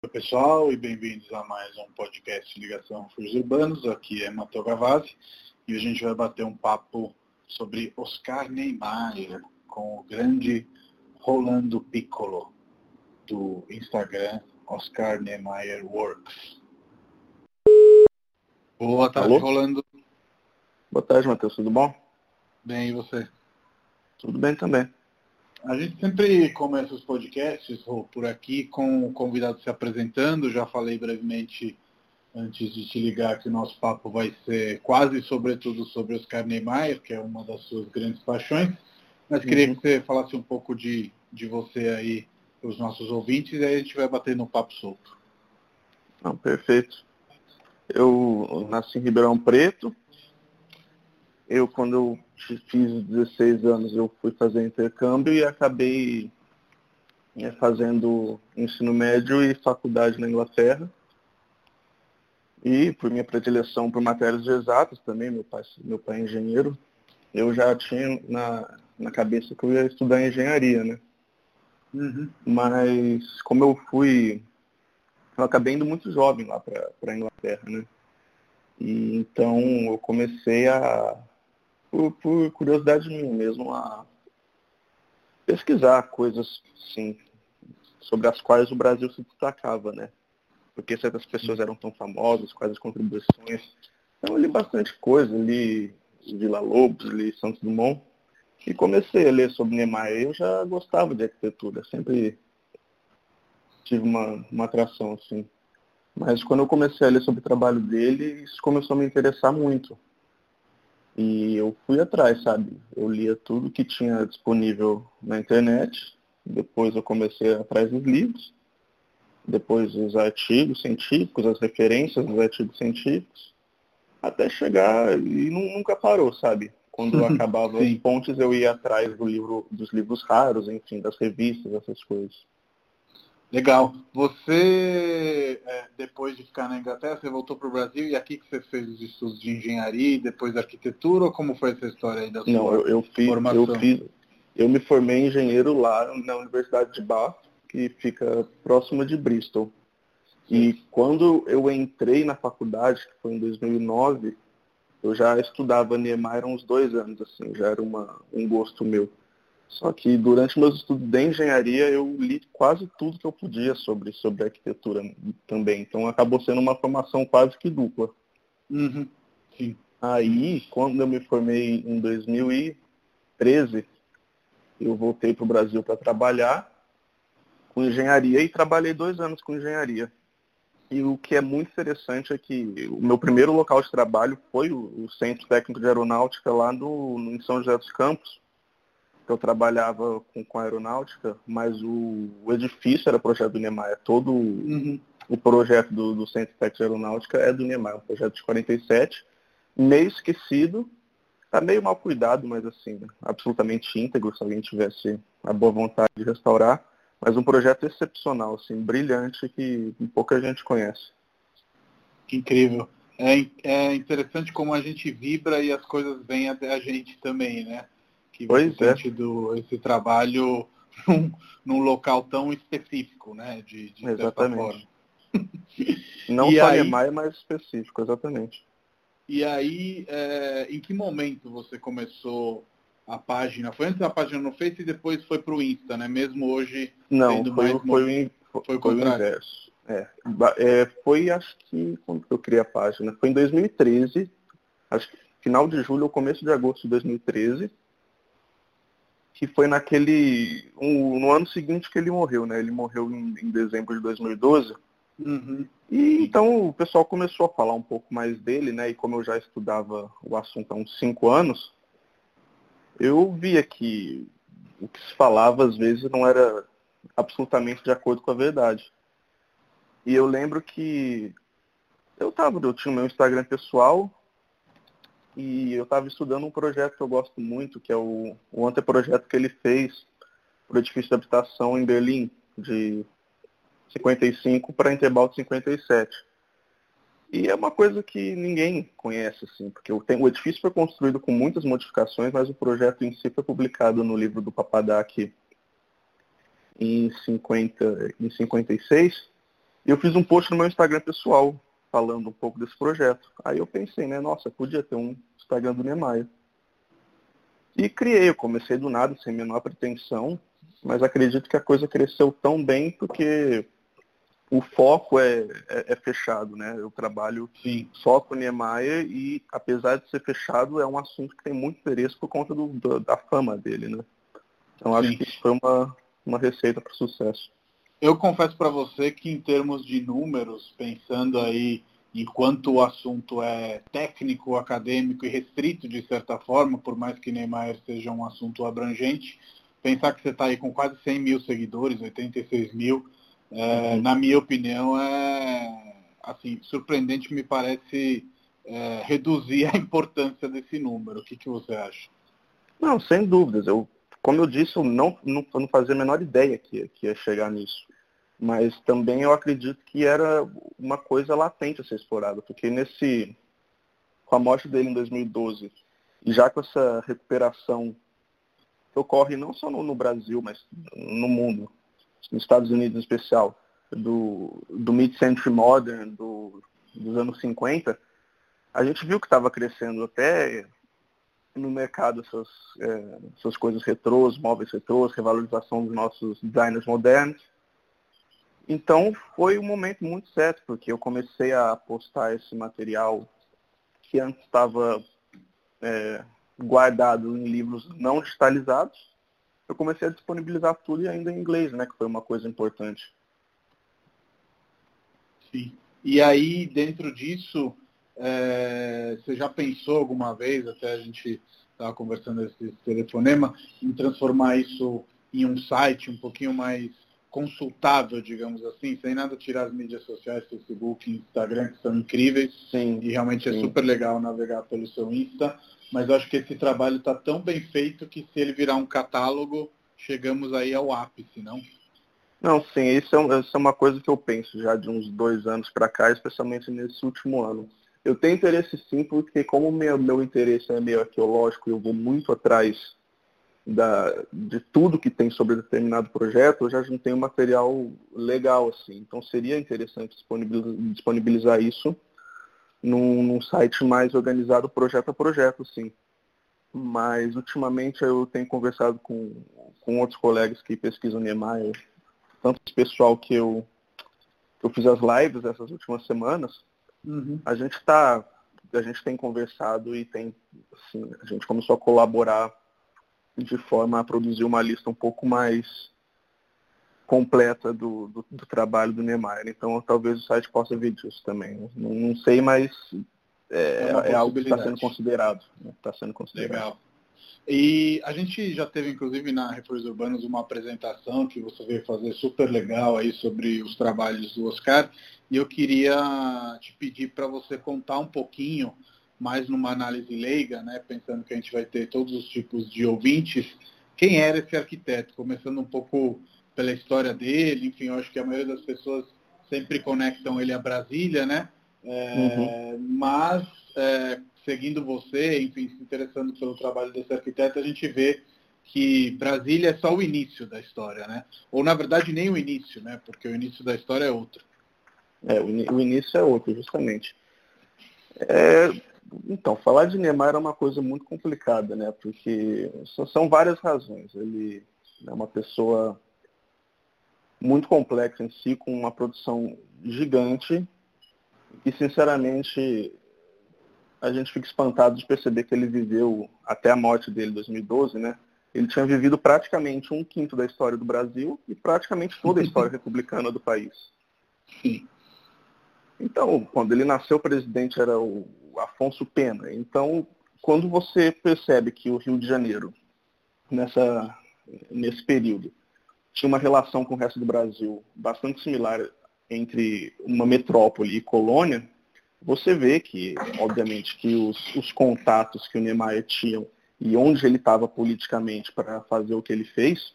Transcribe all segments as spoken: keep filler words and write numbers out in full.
Oi, pessoal, e bem-vindos a mais um podcast de Ligação Refúgios Urbanos. Aqui é Matheus Gavazzi e a gente vai bater um papo sobre Oscar Niemeyer com o grande Rolando Piccolo, do Instagram Oscar Niemeyer Works. Boa tarde, Alô? Rolando. Boa tarde, Matheus. Tudo bom? Bem, e você? Tudo bem também. A gente sempre começa os podcasts, Rô, por aqui com o convidado se apresentando. Já falei brevemente antes de te ligar que o nosso papo vai ser quase sobretudo sobre Oscar Niemeyer, que é uma das suas grandes paixões. Mas queria Uhum. que você falasse um pouco de, de você aí para os nossos ouvintes e aí a gente vai bater no papo solto. Não, perfeito. Eu nasci em Ribeirão Preto. Eu, quando eu fiz dezesseis anos, eu fui fazer intercâmbio e acabei né, fazendo ensino médio e faculdade na Inglaterra. E por minha predileção por matérias exatas também, meu pai, meu pai é engenheiro, eu já tinha na, na cabeça que eu ia estudar engenharia, né? Uhum. Mas como eu fui, eu acabei indo muito jovem lá para a Inglaterra, né? E então eu comecei a, por, por curiosidade minha mesmo, a pesquisar coisas, sim, sobre as quais o Brasil se destacava, né? Porque certas pessoas eram tão famosas, quais as contribuições. Então eu li bastante coisa, li Villa-Lobos, li Santos Dumont, e comecei a ler sobre Niemeyer. Eu já gostava de arquitetura, sempre tive uma, uma atração, assim. Mas quando eu comecei a ler sobre o trabalho dele, isso começou a me interessar muito. E eu fui atrás, sabe? Eu lia tudo que tinha disponível na internet, depois eu comecei atrás dos livros, depois os artigos científicos, as referências dos artigos científicos, até chegar e nu- nunca parou, sabe? Quando acabava as Sim. fontes, eu ia atrás do livro, dos livros raros, enfim, das revistas, essas coisas. Legal. Você, é, depois de ficar na Inglaterra, você voltou para o Brasil e aqui que você fez os estudos de engenharia e depois arquitetura, ou como foi essa história aí da Não, sua eu, eu, fiz, eu formação? fiz, eu me formei em engenheiro lá na Universidade de Bath, que fica próxima de Bristol. E Sim. quando eu entrei na faculdade, que foi em dois mil e nove, eu já estudava Niemeyer há uns dois anos, assim, já era uma, um gosto meu. Só que durante meus estudos de engenharia, eu li quase tudo que eu podia sobre, sobre arquitetura também. Então acabou sendo uma formação quase que dupla. Uhum. Sim. Aí, quando eu me formei em dois mil e treze, eu voltei para o Brasil para trabalhar com engenharia e trabalhei dois anos com engenharia. E o que é muito interessante é que o meu primeiro local de trabalho foi o, o Centro Técnico de Aeronáutica lá no, no, em São José dos Campos. Eu trabalhava com, com aeronáutica, mas o, o edifício era projeto do Niemeyer. Todo Uhum. o projeto do, do Centro Técnico de Aeronáutica é do Niemeyer, um projeto de quarenta e sete, meio esquecido, está meio mal cuidado, mas assim, absolutamente íntegro, se alguém tivesse a boa vontade de restaurar. Mas um projeto excepcional, assim, brilhante, que pouca gente conhece. Que incrível. É, é interessante como a gente vibra e as coisas vêm até a gente também, né? Que você Pois tem é, tido esse trabalho num, num local tão específico, né? De, de certa forma. exatamente. Não E só aí, Niemeyer, mas específico, exatamente. e aí é, em que momento você começou a página? Foi antes da página no Face e depois foi para o Insta, né? Mesmo hoje Não, tendo foi, mais... o- foi, o, Mo... in- Foi o foi o contrário? inverso. É, Ba- é, foi, acho que, quando que eu criei a página? Foi em dois mil e treze, acho que final de julho ou começo de agosto de dois mil e treze, que foi naquele, um, no ano seguinte que ele morreu, né? Ele morreu em, em dezembro de dois mil e doze. Uhum. E então o pessoal começou a falar um pouco mais dele, né? E como eu já estudava o assunto há uns cinco anos, eu via que o que se falava às vezes não era absolutamente de acordo com a verdade. E eu lembro que eu tava, eu tinha o meu Instagram pessoal e eu estava estudando um projeto que eu gosto muito, que é o, o anteprojeto que ele fez para o edifício de habitação em Berlim, de cinquenta e cinco para Interbalto cinquenta e sete. E é uma coisa que ninguém conhece, assim, porque o, tem, o edifício foi construído com muitas modificações, mas o projeto em si foi publicado no livro do Papadak em, cinquenta, em cinquenta e seis. Eu fiz um post no meu Instagram pessoal, falando um pouco desse projeto. Aí eu pensei, né, nossa, podia ter um Instagram do Niemeyer. E criei, eu comecei do nada, sem a menor pretensão, mas acredito que a coisa cresceu tão bem porque o foco é, é, é fechado, né? Eu trabalho Sim. só com o Niemeyer e, apesar de ser fechado, é um assunto que tem muito interesse por conta do, do, da fama dele, né? Então acho Sim. que isso foi uma, uma receita para o sucesso. Eu confesso para você que, em termos de números, pensando aí enquanto o assunto é técnico, acadêmico e restrito de certa forma, por mais que Niemeyer seja um assunto abrangente, pensar que você está aí com quase cem mil seguidores, oitenta e seis mil, é, Uhum. na minha opinião, é assim, surpreendente, me parece é, reduzir a importância desse número. O que, que você acha? Não, sem dúvidas. Eu, como eu disse, eu não, não, eu não fazia a menor ideia que, que ia chegar nisso. Mas também eu acredito que era uma coisa latente a ser explorada, porque nesse, com a morte dele em dois mil e doze, e já com essa recuperação que ocorre não só no, no Brasil, mas no mundo, nos Estados Unidos em especial, do, do mid-century modern, do, dos anos cinquenta, a gente viu que estava crescendo até no mercado essas, é, essas coisas retrôs, móveis retrôs, revalorização dos nossos designers modernos. Então foi um momento muito certo, porque eu comecei a postar esse material que antes estava é, guardado em livros não digitalizados. Eu comecei a disponibilizar tudo e ainda em inglês, né, que foi uma coisa importante. Sim. E aí, dentro disso, é, você já pensou alguma vez, até a gente estava conversando esse telefonema, em transformar isso em um site um pouquinho mais consultável, digamos assim, sem nada tirar as mídias sociais, Facebook, Instagram, que são incríveis, Sim, e realmente é sim. super legal navegar pelo seu Insta, mas eu acho que esse trabalho está tão bem feito que, se ele virar um catálogo, chegamos aí ao ápice, não? Não, sim, isso é, isso é uma coisa que eu penso já de uns dois anos para cá, especialmente nesse último ano. Eu tenho interesse sim, porque como meu, meu interesse é meio arqueológico e eu vou muito atrás da, de tudo que tem sobre determinado projeto, eu já juntei um material legal, assim. Então seria interessante disponibilizar, disponibilizar isso num, num site mais organizado projeto a projeto, sim. Mas ultimamente eu tenho conversado com, com outros colegas que pesquisam Niemeyer, tanto esse pessoal que eu, que eu fiz as lives essas últimas semanas, Uhum. a gente tá, a gente tem conversado e tem, assim, a gente começou a colaborar de forma a produzir uma lista um pouco mais completa do, do, do trabalho do Niemeyer. Então talvez o site possa vir disso também. Não, não sei, mas É é, uma é algo que está sendo possibilidade. considerado. Né? Está sendo considerado. Legal. E a gente já teve, inclusive, na Refúgios Urbanos, uma apresentação que você veio fazer super legal aí sobre os trabalhos do Oscar, e eu queria te pedir para você contar um pouquinho, mais numa análise leiga, né, pensando que a gente vai ter todos os tipos de ouvintes, quem era esse arquiteto, começando um pouco pela história dele. Enfim, eu acho que a maioria das pessoas sempre conectam ele a Brasília, né? Uhum. É, mas, é, seguindo você, enfim, se interessando pelo trabalho desse arquiteto, a gente vê que Brasília é só o início da história, né? Ou, na verdade, nem o início, né? Porque o início da história é outro. É, o, in, o início é outro, justamente. É, então, falar de Niemeyer é uma coisa muito complicada, né? Porque são várias razões. Ele é uma pessoa muito complexa em si, com uma produção gigante e, sinceramente, a gente fica espantado de perceber que ele viveu, até a morte dele em dois mil e doze, né? Ele tinha vivido praticamente um quinto da história do Brasil e praticamente toda a história republicana do país. Sim. Então, quando ele nasceu, o presidente era o Afonso Pena. Então, quando você percebe que o Rio de Janeiro, nessa, nesse período, tinha uma relação com o resto do Brasil bastante similar entre uma metrópole e colônia, você vê que, obviamente, que os, os contatos que o Niemeyer tinha e onde ele estava politicamente para fazer o que ele fez,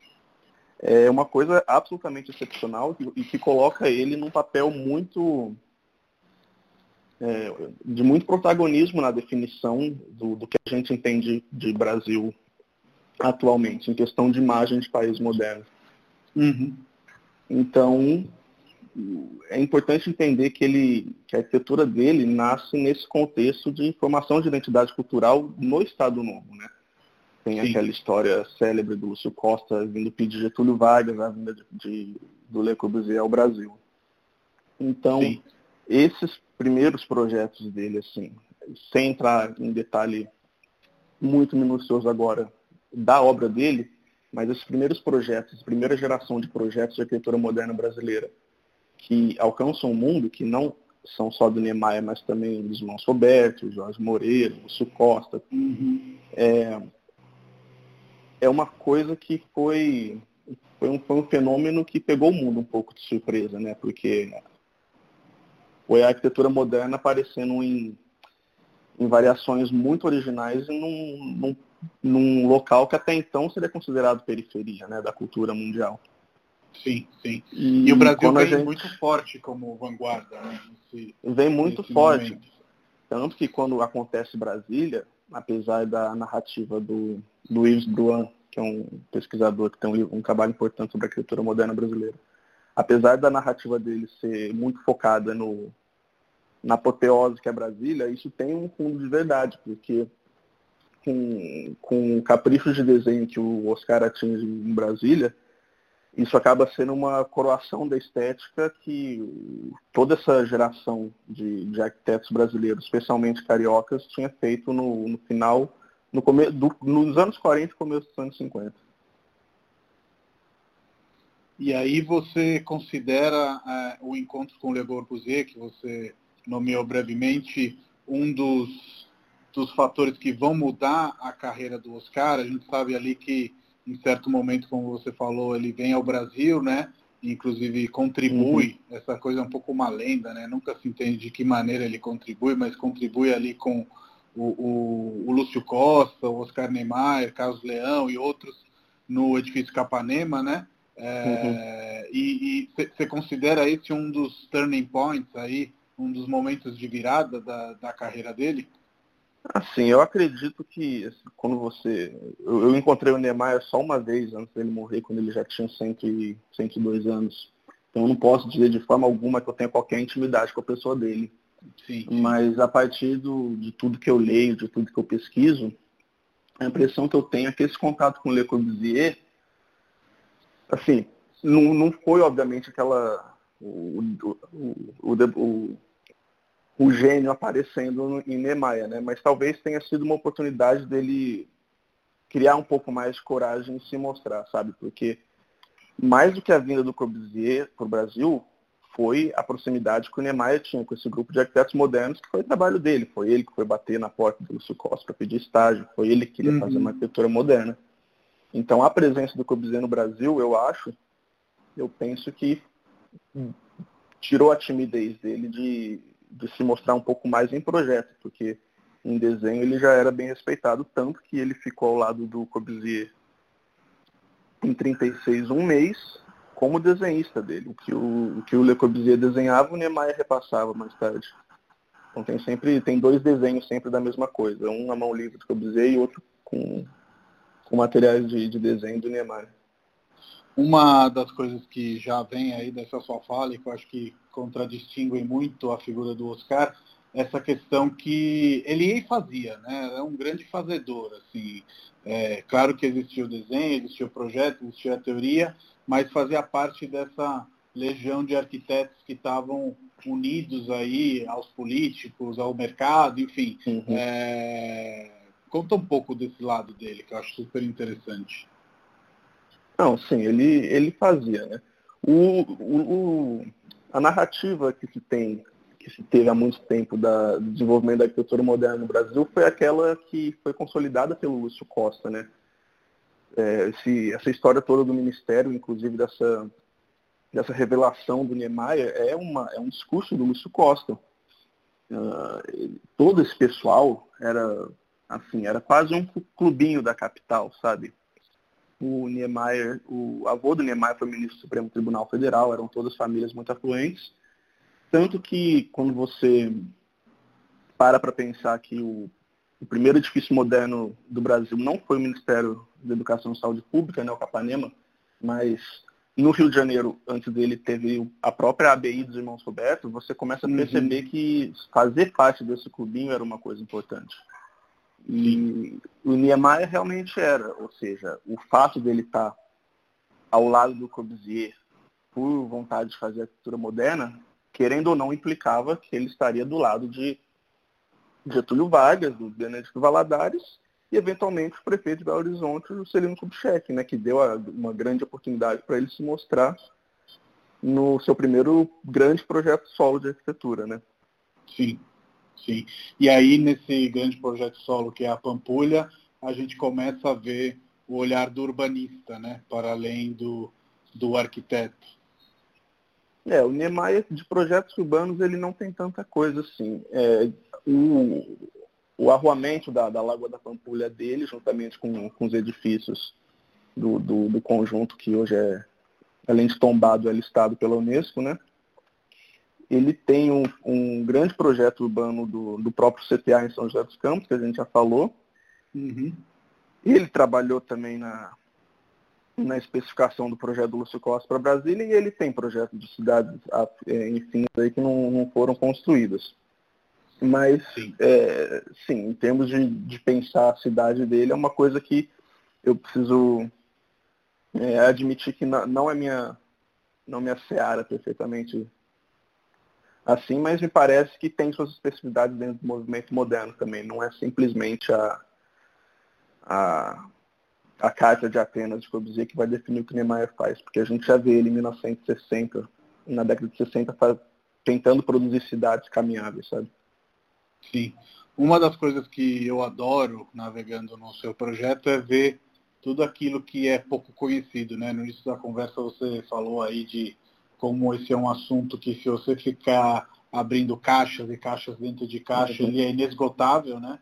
é uma coisa absolutamente excepcional e que coloca ele num papel muito é, de muito protagonismo na definição do, do que a gente entende de Brasil atualmente, em questão de imagem de país moderno. Uhum. Então, é importante entender que, ele, que a arquitetura dele nasce nesse contexto de formação de identidade cultural no Estado Novo, né? Tem Sim. aquela história célebre do Lúcio Costa vindo pedir Getúlio Vargas, a vinda de, de, do Le Corbusier ao Brasil. Então, Sim. esses primeiros projetos dele, assim, sem entrar em detalhe muito minucioso agora da obra dele, mas esses primeiros projetos, a primeira geração de projetos de arquitetura moderna brasileira que alcançam o mundo, que não são só do Niemeyer, mas também dos irmãos Roberto, Jorge Moreira, Lúcio Costa, uhum. é, é uma coisa que foi, foi, um, foi um fenômeno que pegou o mundo um pouco de surpresa, né? Porque foi a arquitetura moderna aparecendo em, em variações muito originais e num, num, num local que até então seria considerado periferia, né, da cultura mundial. Sim, sim. E, e o Brasil vem gente... muito forte como vanguarda, né? Nesse, vem muito forte. Momento. Tanto que quando acontece Brasília, apesar da narrativa do, do Yves Bruin, que é um pesquisador que tem um, um trabalho importante sobre a arquitetura moderna brasileira, apesar da narrativa dele ser muito focada no, na apoteose que é Brasília, isso tem um fundo de verdade, porque com, com o capricho de desenho que o Oscar atinge em Brasília, isso acaba sendo uma coroação da estética que toda essa geração de, de arquitetos brasileiros, especialmente cariocas, tinha feito no, no final, no come, do, nos anos quarenta e começo dos anos cinquenta. E aí você considera uh, o encontro com Le Corbusier, que você nomeou brevemente, um dos, dos fatores que vão mudar a carreira do Oscar? A gente sabe ali que em certo momento, como você falou, ele vem ao Brasil, né? Inclusive contribui, uhum. essa coisa é um pouco uma lenda, né? Nunca se entende de que maneira ele contribui, mas contribui ali com o, o, o Lúcio Costa, o Oscar Niemeyer, Carlos Leão e outros no edifício Capanema, né? É, uhum. E você considera esse um dos turning points aí, um dos momentos de virada da, da carreira dele? Assim, eu acredito que quando você... Eu, eu encontrei o Niemeyer só uma vez antes dele morrer, quando ele já tinha cento e dois anos. Então eu não posso dizer de forma alguma que eu tenha qualquer intimidade com a pessoa dele. Sim, sim. Mas a partir do, de tudo que eu leio, de tudo que eu pesquiso, a impressão que eu tenho é que esse contato com o Le Corbusier, assim, não, não foi obviamente aquela... O, o, o, o, o gênio aparecendo em Niemeyer, né? Mas talvez tenha sido uma oportunidade dele criar um pouco mais de coragem e se mostrar, sabe? Porque mais do que a vinda do Corbusier para o Brasil, foi a proximidade que o Niemeyer tinha com esse grupo de arquitetos modernos, que foi o trabalho dele. Foi ele que foi bater na porta do Lúcio Costa para pedir estágio, foi ele que queria uhum. fazer uma arquitetura moderna. Então a presença do Corbusier no Brasil, eu acho, eu penso que tirou a timidez dele de de se mostrar um pouco mais em projeto, porque em desenho ele já era bem respeitado, tanto que ele ficou ao lado do Corbusier em trinta e seis, um mês, como desenhista dele. O que o, o, que o Le Corbusier desenhava, o Niemeyer repassava mais tarde. Então tem sempre, tem dois desenhos sempre da mesma coisa, um na mão livre do Corbusier e outro com, com materiais de, de desenho do Niemeyer. Uma das coisas que já vem aí dessa sua fala, e que eu acho que contradistinguem muito a figura do Oscar, essa questão que ele fazia, né? É um grande fazedor, assim. É, claro que existia o desenho, existia o projeto, existia a teoria, mas fazia parte dessa legião de arquitetos que estavam unidos aí aos políticos, ao mercado, enfim. Uhum. É, conta um pouco desse lado dele, que eu acho super interessante. Não, sim, ele, ele fazia, né? O, o, o, a narrativa que se tem, que se teve há muito tempo da, do desenvolvimento da arquitetura moderna no Brasil foi aquela que foi consolidada pelo Lúcio Costa, né? É, esse, essa história toda do Ministério, inclusive dessa, dessa revelação do Niemeyer, é, uma, é um discurso do Lúcio Costa. Uh, todo esse pessoal era, assim, era quase um clubinho da capital, sabe? O Niemeyer, o avô do Niemeyer foi ministro do Supremo Tribunal Federal, eram todas famílias muito afluentes. Tanto que, quando você para para pensar que o, o primeiro edifício moderno do Brasil não foi o Ministério da Educação e Saúde Pública, né, o Capanema, mas no Rio de Janeiro, antes dele, teve a própria A B I dos Irmãos Roberto, você começa a perceber uhum. que fazer parte desse clubinho era uma coisa importante. E Sim. o Niemeyer realmente era, ou seja, o fato dele estar ao lado do Corbusier por vontade de fazer arquitetura moderna, querendo ou não, implicava que ele estaria do lado de Getúlio Vargas, do Benedito Valadares, e eventualmente o prefeito de Belo Horizonte, o Celino Kubitschek, né, que deu a, uma grande oportunidade para ele se mostrar no seu primeiro grande projeto solo de arquitetura, né? Sim, sim. E aí, nesse grande projeto solo, que é a Pampulha, a gente começa a ver o olhar do urbanista, né, para além do, do arquiteto. É, o Niemeyer, de projetos urbanos, ele não tem tanta coisa assim. É, o, o arruamento da, da Lagoa da Pampulha dele, juntamente com, com os edifícios do, do, do conjunto, que hoje é, além de tombado, é listado pela Unesco, né? Ele tem um, um grande projeto urbano do, do próprio C T A em São José dos Campos, que a gente já falou. Uhum. Ele trabalhou também na, na especificação do projeto do Lúcio Costa para Brasília, e ele tem projetos de cidades, enfim, aí que não, não foram construídas. Mas, sim, é, sim em termos de, de pensar a cidade dele, é uma coisa que eu preciso é, admitir que não, não é minha, não minha seara perfeitamente assim, mas me parece que tem suas especificidades dentro do movimento moderno também. Não é simplesmente a, a, a Carta de Atenas de Corbusier que vai definir o que Niemeyer faz, porque a gente já vê ele em mil novecentos e sessenta, na década de sessenta, faz, tentando produzir cidades caminháveis, sabe? Sim. Uma das coisas que eu adoro navegando no seu projeto é ver tudo aquilo que é pouco conhecido, né? No início da conversa você falou aí de como esse é um assunto que, se você ficar abrindo caixas e caixas dentro de caixa, uhum. ele é inesgotável, né?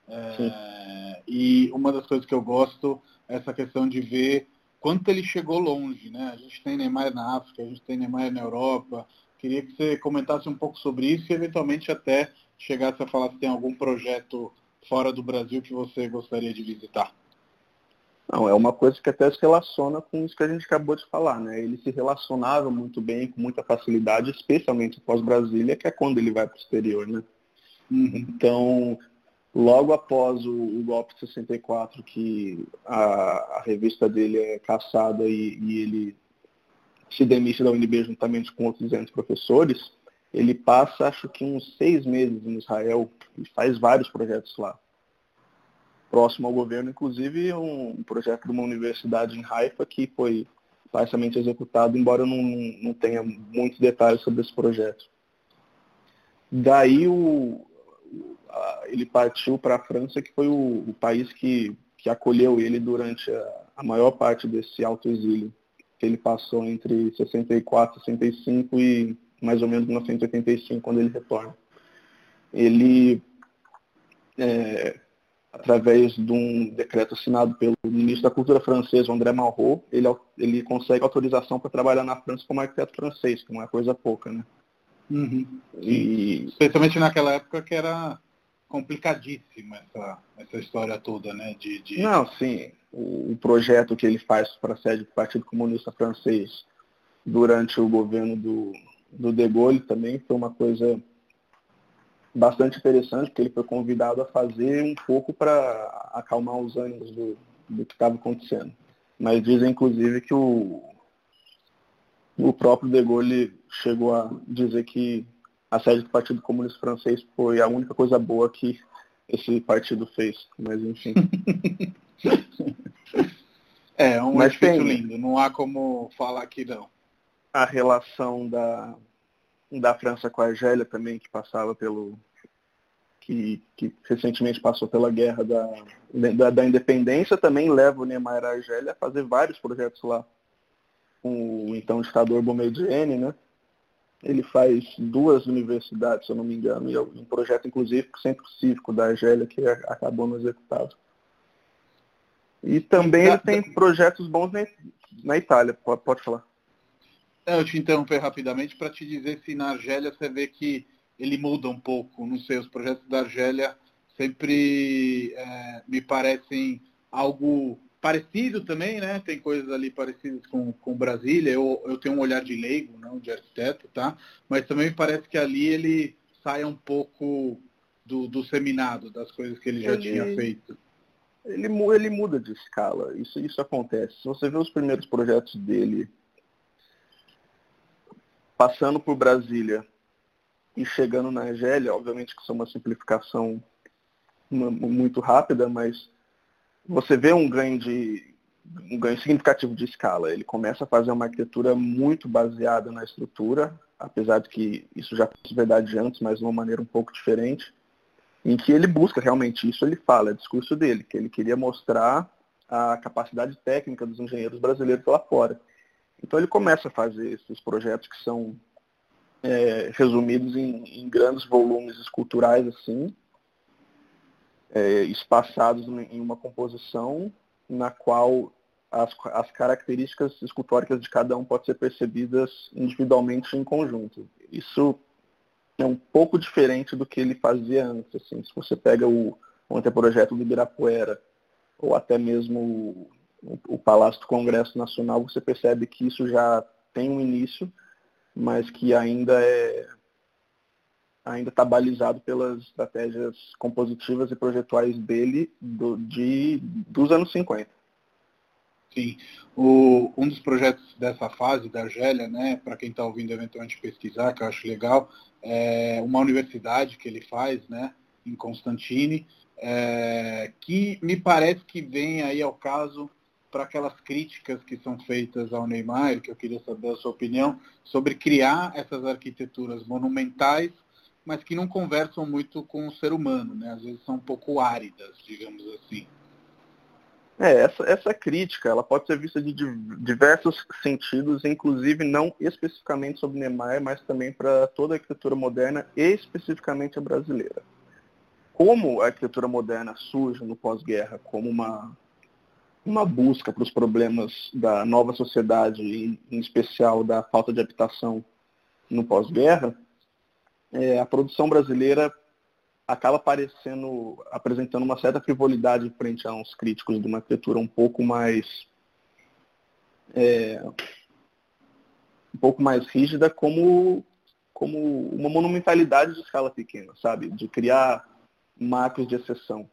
É, e uma das coisas que eu gosto é essa questão de ver quanto ele chegou longe, né? A gente tem Niemeyer na África, a gente tem Niemeyer na Europa. Queria que você comentasse um pouco sobre isso e, eventualmente, até chegasse a falar se tem algum projeto fora do Brasil que você gostaria de visitar. Não, é uma coisa que até se relaciona com isso que a gente acabou de falar, né? Ele se relacionava muito bem, com muita facilidade, especialmente após Brasília, que é quando ele vai para o exterior, né? Uhum. Então, logo após o, o golpe de sessenta e quatro, que a, a revista dele é cassada e, e ele se demite da U N B juntamente com outros duzentos professores, ele passa, acho que uns seis meses em Israel e faz vários projetos lá. Próximo ao governo, inclusive, um projeto de uma universidade em Haifa que foi parcialmente executado, embora eu não, não tenha muitos detalhes sobre esse projeto. Daí o, a, ele partiu para a França, que foi o, o país que, que acolheu ele durante a, a maior parte desse alto exílio, que ele passou entre sessenta e quatro, sessenta e cinco e mais ou menos mil novecentos e oitenta e cinco, quando ele retorna. Ele... É, através de um decreto assinado pelo ministro da Cultura francês, André Malraux, ele, ele consegue autorização para trabalhar na França como arquiteto francês, que não é coisa pouca, né? Uhum. E... Especialmente naquela época que era complicadíssima essa, essa história toda, né? De, de... Não, sim. O, o projeto que ele faz para a sede do Partido Comunista Francês durante o governo do, do De Gaulle também foi uma coisa bastante interessante, porque ele foi convidado a fazer um pouco para acalmar os ânimos do, do que estava acontecendo. Mas dizem, inclusive, que o, o próprio De Gaulle chegou a dizer que a sede do Partido Comunista Francês foi a única coisa boa que esse partido fez. Mas, enfim. É, um Mas edifício tem, lindo. Não há como falar que não. A relação da, da França com a Argélia também, que passava pelo... Que, que recentemente passou pela guerra da, da, da independência, também leva o Niemeyer à Argélia a fazer vários projetos lá. Com o então ditador Boumediene, né? Ele faz duas universidades, se eu não me engano, e um projeto, inclusive, para o Centro Cívico da Argélia, que acabou não executado. E também ele tem projetos bons na, na Itália, pode, pode falar. Eu te interromper rapidamente para te dizer se na Argélia você vê que ele muda um pouco. Não sei, os projetos da Argélia sempre é, me parecem algo parecido também, né? Tem coisas ali parecidas com, com Brasília. Eu, eu tenho um olhar de leigo, não de arquiteto, tá? Mas também me parece que ali ele sai um pouco do, do seminado, das coisas que ele já Ele, tinha feito. ele, mu- ele muda de escala, isso, isso acontece. Se você vê os primeiros projetos dele passando por Brasília e chegando na Argélia, obviamente que isso é uma simplificação uma- muito rápida, mas você vê um ganho, de, um ganho significativo de escala. Ele começa a fazer uma arquitetura muito baseada na estrutura, apesar de que isso já fosse verdade antes, mas de uma maneira um pouco diferente, em que ele busca realmente isso, ele fala, é o discurso dele, que ele queria mostrar a capacidade técnica dos engenheiros brasileiros lá fora. Então ele começa a fazer esses projetos que são é, resumidos em, em grandes volumes esculturais, assim, é, espaçados em uma composição na qual as, as características escultóricas de cada um podem ser percebidas individualmente em conjunto. Isso é um pouco diferente do que ele fazia antes. Assim. Se você pega o, o anteprojeto do Ibirapuera, ou até mesmo o, o, o Palácio do Congresso Nacional, você percebe que isso já tem um início, mas que ainda é ainda está balizado pelas estratégias compositivas e projetuais dele do, de, dos anos cinquenta. Sim. O, um dos projetos dessa fase da Argélia, né, para quem está ouvindo eventualmente pesquisar, que eu acho legal, é uma universidade que ele faz, né, em Constantine, é, que me parece que vem aí ao caso para aquelas críticas que são feitas ao Niemeyer, que eu queria saber a sua opinião, sobre criar essas arquiteturas monumentais, mas que não conversam muito com o ser humano, né? Às vezes são um pouco áridas, digamos assim. É, essa, essa crítica ela pode ser vista de diversos sentidos, inclusive não especificamente sobre Niemeyer, mas também para toda a arquitetura moderna e especificamente a brasileira. Como a arquitetura moderna surge no pós-guerra como uma, uma busca para os problemas da nova sociedade, e em especial da falta de habitação no pós-guerra, é, a produção brasileira acaba parecendo, apresentando uma certa frivolidade frente a uns críticos de uma arquitetura um pouco mais é, um pouco mais rígida, como, como uma monumentalidade de escala pequena, sabe? De criar marcos de exceção.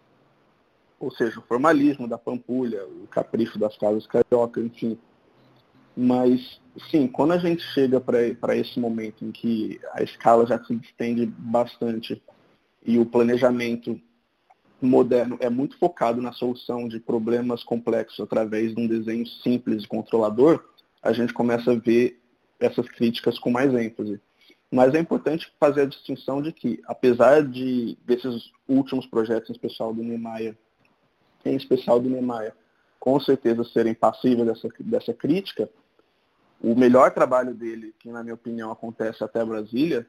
Ou seja, o formalismo da Pampulha, o capricho das casas carioca, enfim. Mas, sim, quando a gente chega para esse momento em que a escala já se estende bastante e o planejamento moderno é muito focado na solução de problemas complexos através de um desenho simples e controlador, a gente começa a ver essas críticas com mais ênfase. Mas é importante fazer a distinção de que, apesar de desses últimos projetos, em especial do Niemeyer, em especial do Niemeyer, com certeza serem passíveis dessa, dessa crítica, o melhor trabalho dele, que na minha opinião acontece até Brasília,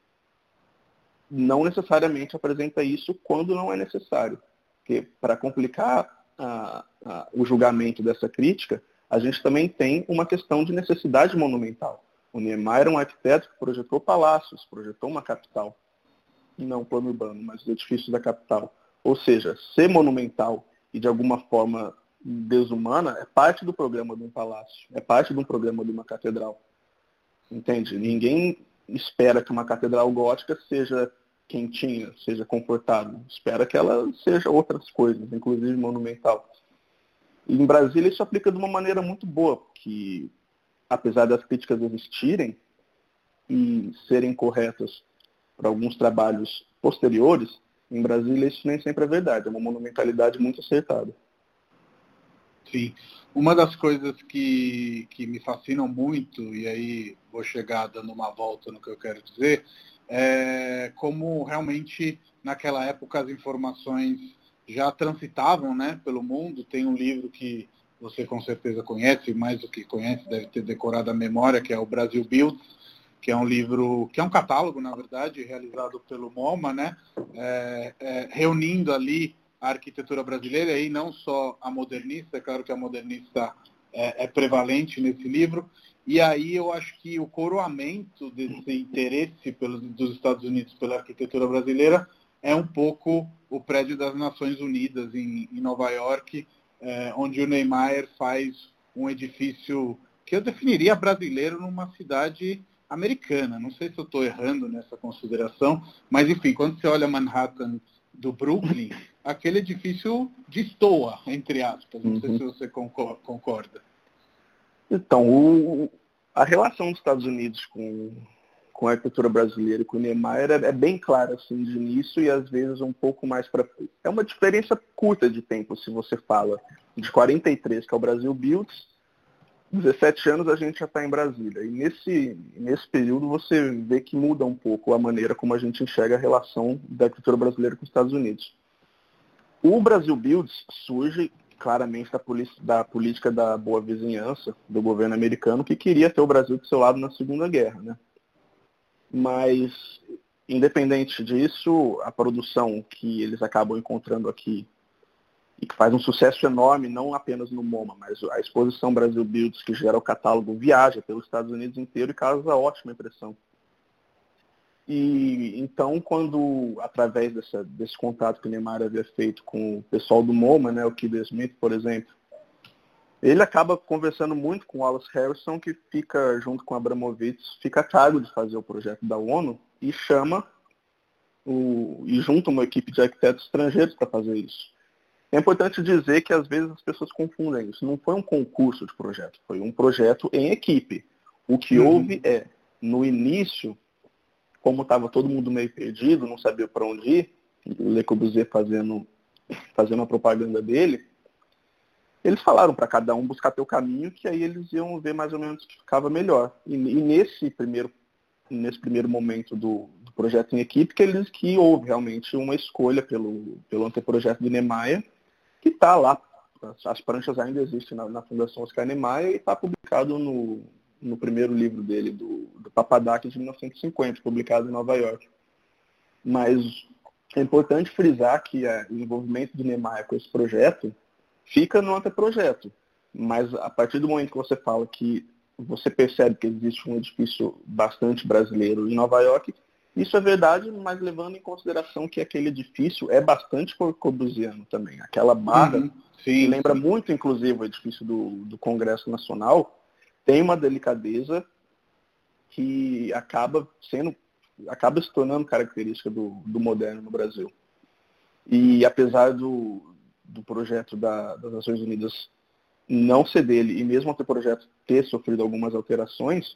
não necessariamente apresenta isso quando não é necessário. Porque para complicar a, a, o julgamento dessa crítica, a gente também tem uma questão de necessidade monumental. O Niemeyer era um arquiteto que projetou palácios, projetou uma capital, não o plano urbano, mas os edifícios da capital. Ou seja, ser monumental e de alguma forma desumana é parte do programa de um palácio, é parte de um programa de uma catedral. Entende? Ninguém espera que uma catedral gótica seja quentinha, seja confortável. Espera que ela seja outras coisas, inclusive monumental. E em Brasília isso aplica de uma maneira muito boa, porque apesar das críticas existirem e serem corretas para alguns trabalhos posteriores, em Brasília isso nem sempre é verdade. É uma monumentalidade muito acertada. Sim. Uma das coisas que, que me fascinam muito, e aí vou chegar dando uma volta no que eu quero dizer, é como realmente naquela época as informações já transitavam, né, pelo mundo. Tem um livro que você com certeza conhece, mais do que conhece, deve ter decorado a memória, que é o Brasil Builds, que é um livro, que é um catálogo, na verdade, realizado pelo MoMA, né, é, é, reunindo ali a arquitetura brasileira, e não só a modernista. É claro que a modernista é, é prevalente nesse livro, e aí eu acho que o coroamento desse interesse pelos, dos Estados Unidos pela arquitetura brasileira é um pouco o prédio das Nações Unidas em, em Nova York, é, onde o Niemeyer faz um edifício que eu definiria brasileiro numa cidade americana. Não sei se eu estou errando nessa consideração, mas, enfim, quando você olha Manhattan do Brooklyn, aquele edifício destoa, entre aspas. Não uhum. sei se você concorda. Então, o, a relação dos Estados Unidos com, com a arquitetura brasileira e com o Niemeyer é, é bem clara assim, de início e às vezes um pouco mais para... É uma diferença curta de tempo, se você fala de quarenta e três, que é o Brasil Builds, dezessete anos a gente já está em Brasília. E nesse, nesse período você vê que muda um pouco a maneira como a gente enxerga a relação da arquitetura brasileira com os Estados Unidos. O Brasil Builds surge claramente da, da política da boa vizinhança do governo americano, que queria ter o Brasil do seu lado na Segunda Guerra, né? Mas, independente disso, a produção que eles acabam encontrando aqui e que faz um sucesso enorme, não apenas no MoMA, mas a exposição Brasil Builds, que gera o catálogo, viaja pelos Estados Unidos inteiro e causa ótima impressão. E então, quando, através dessa, desse contato que o Niemeyer havia feito com o pessoal do MoMA, né, o Kidder Smith, por exemplo, ele acaba conversando muito com o Wallace Harrison, que fica, junto com Abramovich, fica a cargo de fazer o projeto da ONU e chama o, e junta uma equipe de arquitetos estrangeiros para fazer isso. É importante dizer que às vezes as pessoas confundem isso. Não foi um concurso de projeto, foi um projeto em equipe. O que uhum. houve é, no início, como estava todo mundo meio perdido, não sabia para onde ir, o Le Corbusier fazendo, fazendo a propaganda dele, eles falaram para cada um buscar teu caminho, que aí eles iam ver mais ou menos o que ficava melhor. E, e nesse, primeiro, nesse primeiro momento do, do projeto em equipe, que, eles, que houve realmente uma escolha pelo, pelo anteprojeto de Niemeyer, que está lá, as, as pranchas ainda existem na, na Fundação Oscar Niemeyer e está publicado no, no primeiro livro dele, do, do Papadakis, de mil novecentos e cinquenta, publicado em Nova York. Mas é importante frisar que é, o envolvimento de Niemeyer com esse projeto fica no anteprojeto. Mas a partir do momento que você fala que você percebe que existe um edifício bastante brasileiro em Nova York, isso é verdade, mas levando em consideração que aquele edifício é bastante corbusiano também. Aquela barra, uhum, sim, que lembra sim. muito, inclusive, o edifício do, do Congresso Nacional, tem uma delicadeza que acaba sendo, acaba se tornando característica do, do moderno no Brasil. E apesar do, do projeto da, das Nações Unidas não ser dele, e mesmo o projeto ter sofrido algumas alterações,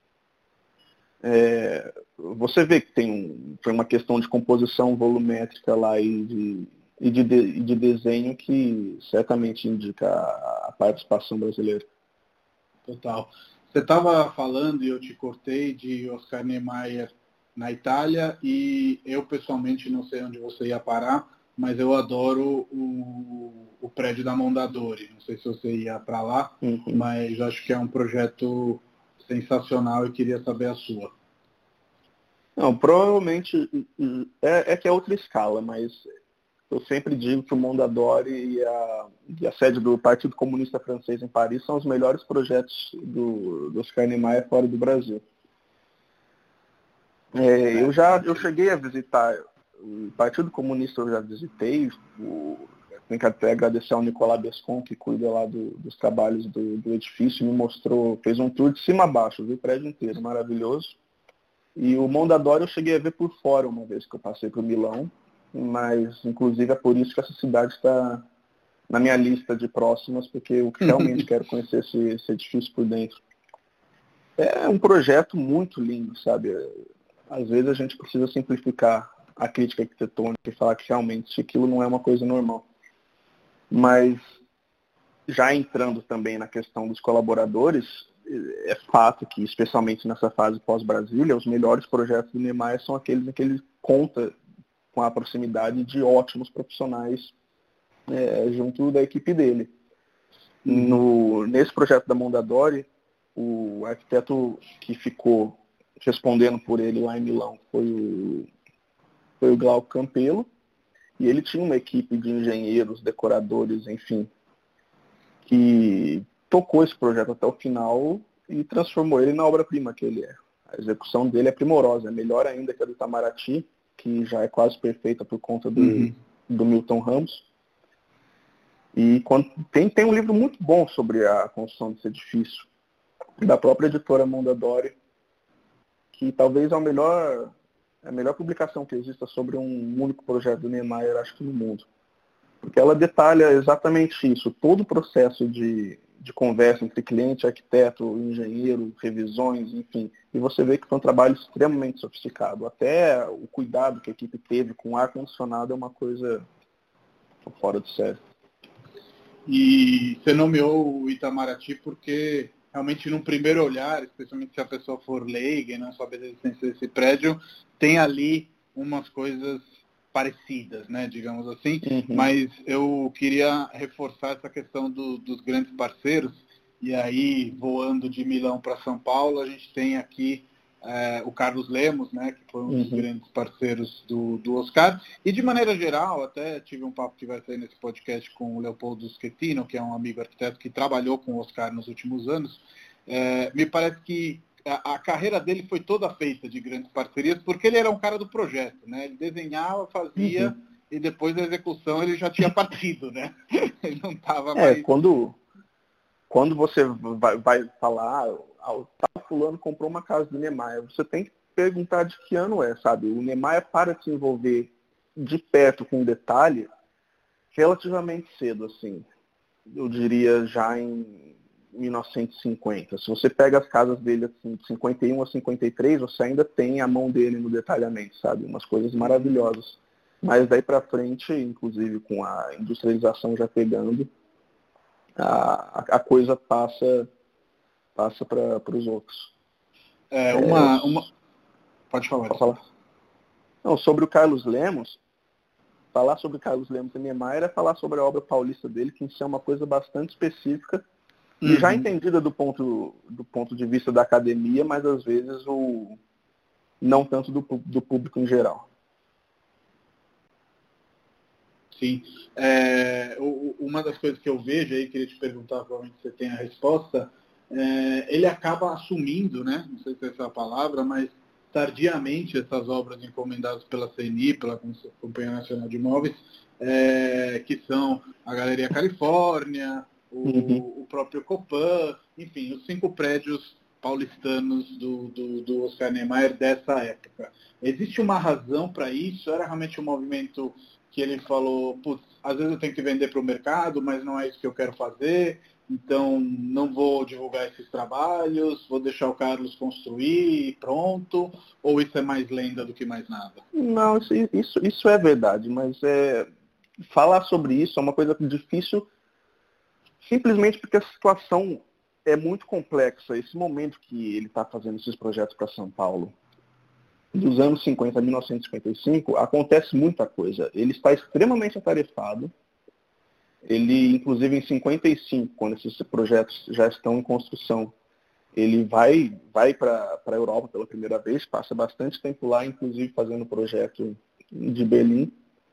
É, você vê que tem um, foi uma questão de composição volumétrica lá e de, e de, de, de desenho que certamente indica a, a participação brasileira. Total. Você estava falando, e eu te cortei, de Oscar Niemeyer na Itália, e eu pessoalmente não sei onde você ia parar, mas eu adoro o, o prédio da Mondadori. Não sei se você ia para lá, uhum. mas acho que é um projeto sensacional e queria saber a sua. Não, provavelmente é, é que é outra escala, mas eu sempre digo que o Mondadori e a, e a sede do Partido Comunista Francês em Paris são os melhores projetos do, do Oscar Niemeyer fora do Brasil. É, eu já eu cheguei a visitar o Partido Comunista, eu já visitei, o, tenho que até agradecer ao Nicolas Bescon, que cuida lá do, dos trabalhos do, do edifício, me mostrou, fez um tour de cima a baixo, viu o prédio inteiro, maravilhoso. E o Mondadori eu cheguei a ver por fora uma vez que eu passei por Milão, mas inclusive é por isso que essa cidade está na minha lista de próximas, porque eu realmente quero conhecer esse, esse edifício por dentro. É um projeto muito lindo, sabe? Às vezes a gente precisa simplificar a crítica arquitetônica e falar que realmente aquilo não é uma coisa normal. Mas, já entrando também na questão dos colaboradores, é fato que, especialmente nessa fase pós-Brasília, os melhores projetos do Niemeyer são aqueles em que ele conta com a proximidade de ótimos profissionais é, junto da equipe dele. No, nesse projeto da Mondadori, o arquiteto que ficou respondendo por ele lá em Milão foi o, foi o Glauco Campelo, e ele tinha uma equipe de engenheiros, decoradores, enfim, que tocou esse projeto até o final e transformou ele na obra-prima que ele é. A execução dele é primorosa, é melhor ainda que a do Itamaraty, que já é quase perfeita por conta do, uhum. do Milton Ramos. E quando, tem, tem um livro muito bom sobre a construção desse edifício, da própria editora Mondadori, que talvez é o melhor, a melhor publicação que exista sobre um único projeto do Niemeyer, acho que no mundo. Porque ela detalha exatamente isso, todo o processo de, de conversa entre cliente, arquiteto, engenheiro, revisões, enfim. E você vê que foi um trabalho extremamente sofisticado. Até o cuidado que a equipe teve com o ar-condicionado é uma coisa fora do sério. E você nomeou o Itamaraty porque realmente num primeiro olhar, especialmente se a pessoa for leiga e não sabe a existência desse prédio, tem ali umas coisas parecidas, né, digamos assim, uhum. Mas eu queria reforçar essa questão do, dos grandes parceiros, e aí, voando de Milão para São Paulo, a gente tem aqui é, o Carlos Lemos, né, que foi um uhum. dos grandes parceiros do, do Oscar, e de maneira geral, até tive um papo que vai sair nesse podcast com o Leopoldo Schettino, que é um amigo arquiteto que trabalhou com o Oscar nos últimos anos. É, me parece que a, a carreira dele foi toda feita de grandes parcerias, porque ele era um cara do projeto, né? Ele desenhava, fazia, uhum. e depois da execução ele já tinha partido, né? Ele não estava é, mais... Quando, quando você vai, vai falar, ah, o tal fulano comprou uma casa do Niemeyer, você tem que perguntar de que ano é, sabe? O Niemeyer para de se envolver de perto com detalhe relativamente cedo, assim. Eu diria já em mil novecentos e cinquenta. Se você pega as casas dele assim, de cinquenta e um a cinquenta e três, você ainda tem a mão dele no detalhamento, sabe? Umas coisas maravilhosas. Mas daí para frente, inclusive com a industrialização já pegando, a, a coisa passa, passa para os outros. É, uma, é, uma... Pode falar. Pode falar. Não, sobre o Carlos Lemos, falar sobre Carlos Lemos e Niemeyer é falar sobre a obra paulista dele, que isso é uma coisa bastante específica, e uhum. já entendida do ponto, do ponto de vista da academia, mas às vezes o, não tanto do, do público em geral. Sim. É, uma das coisas que eu vejo aí, queria te perguntar, provavelmente você tem a resposta, é, ele acaba assumindo, né, não sei se essa é a palavra, mas tardiamente essas obras encomendadas pela C N I, pela Companhia Nacional de Imóveis, é, que são a Galeria Califórnia, o, uhum. o próprio Copan, enfim, os cinco prédios paulistanos do, do, do Oscar Niemeyer dessa época. Existe uma razão para isso? Era realmente um movimento que ele falou, putz, às vezes eu tenho que vender para o mercado, mas não é isso que eu quero fazer, então não vou divulgar esses trabalhos, vou deixar o Carlos construir e pronto, ou isso é mais lenda do que mais nada? Não, isso, isso, isso é verdade, mas é, falar sobre isso é uma coisa difícil, simplesmente porque a situação é muito complexa. Esse momento que ele está fazendo esses projetos para São Paulo, dos anos cinquenta a mil novecentos e cinquenta e cinco, acontece muita coisa. Ele está extremamente atarefado. Ele, inclusive, em cinquenta e cinco, quando esses projetos já estão em construção, ele vai, vai para a Europa pela primeira vez, passa bastante tempo lá, inclusive fazendo o projeto de Berlim.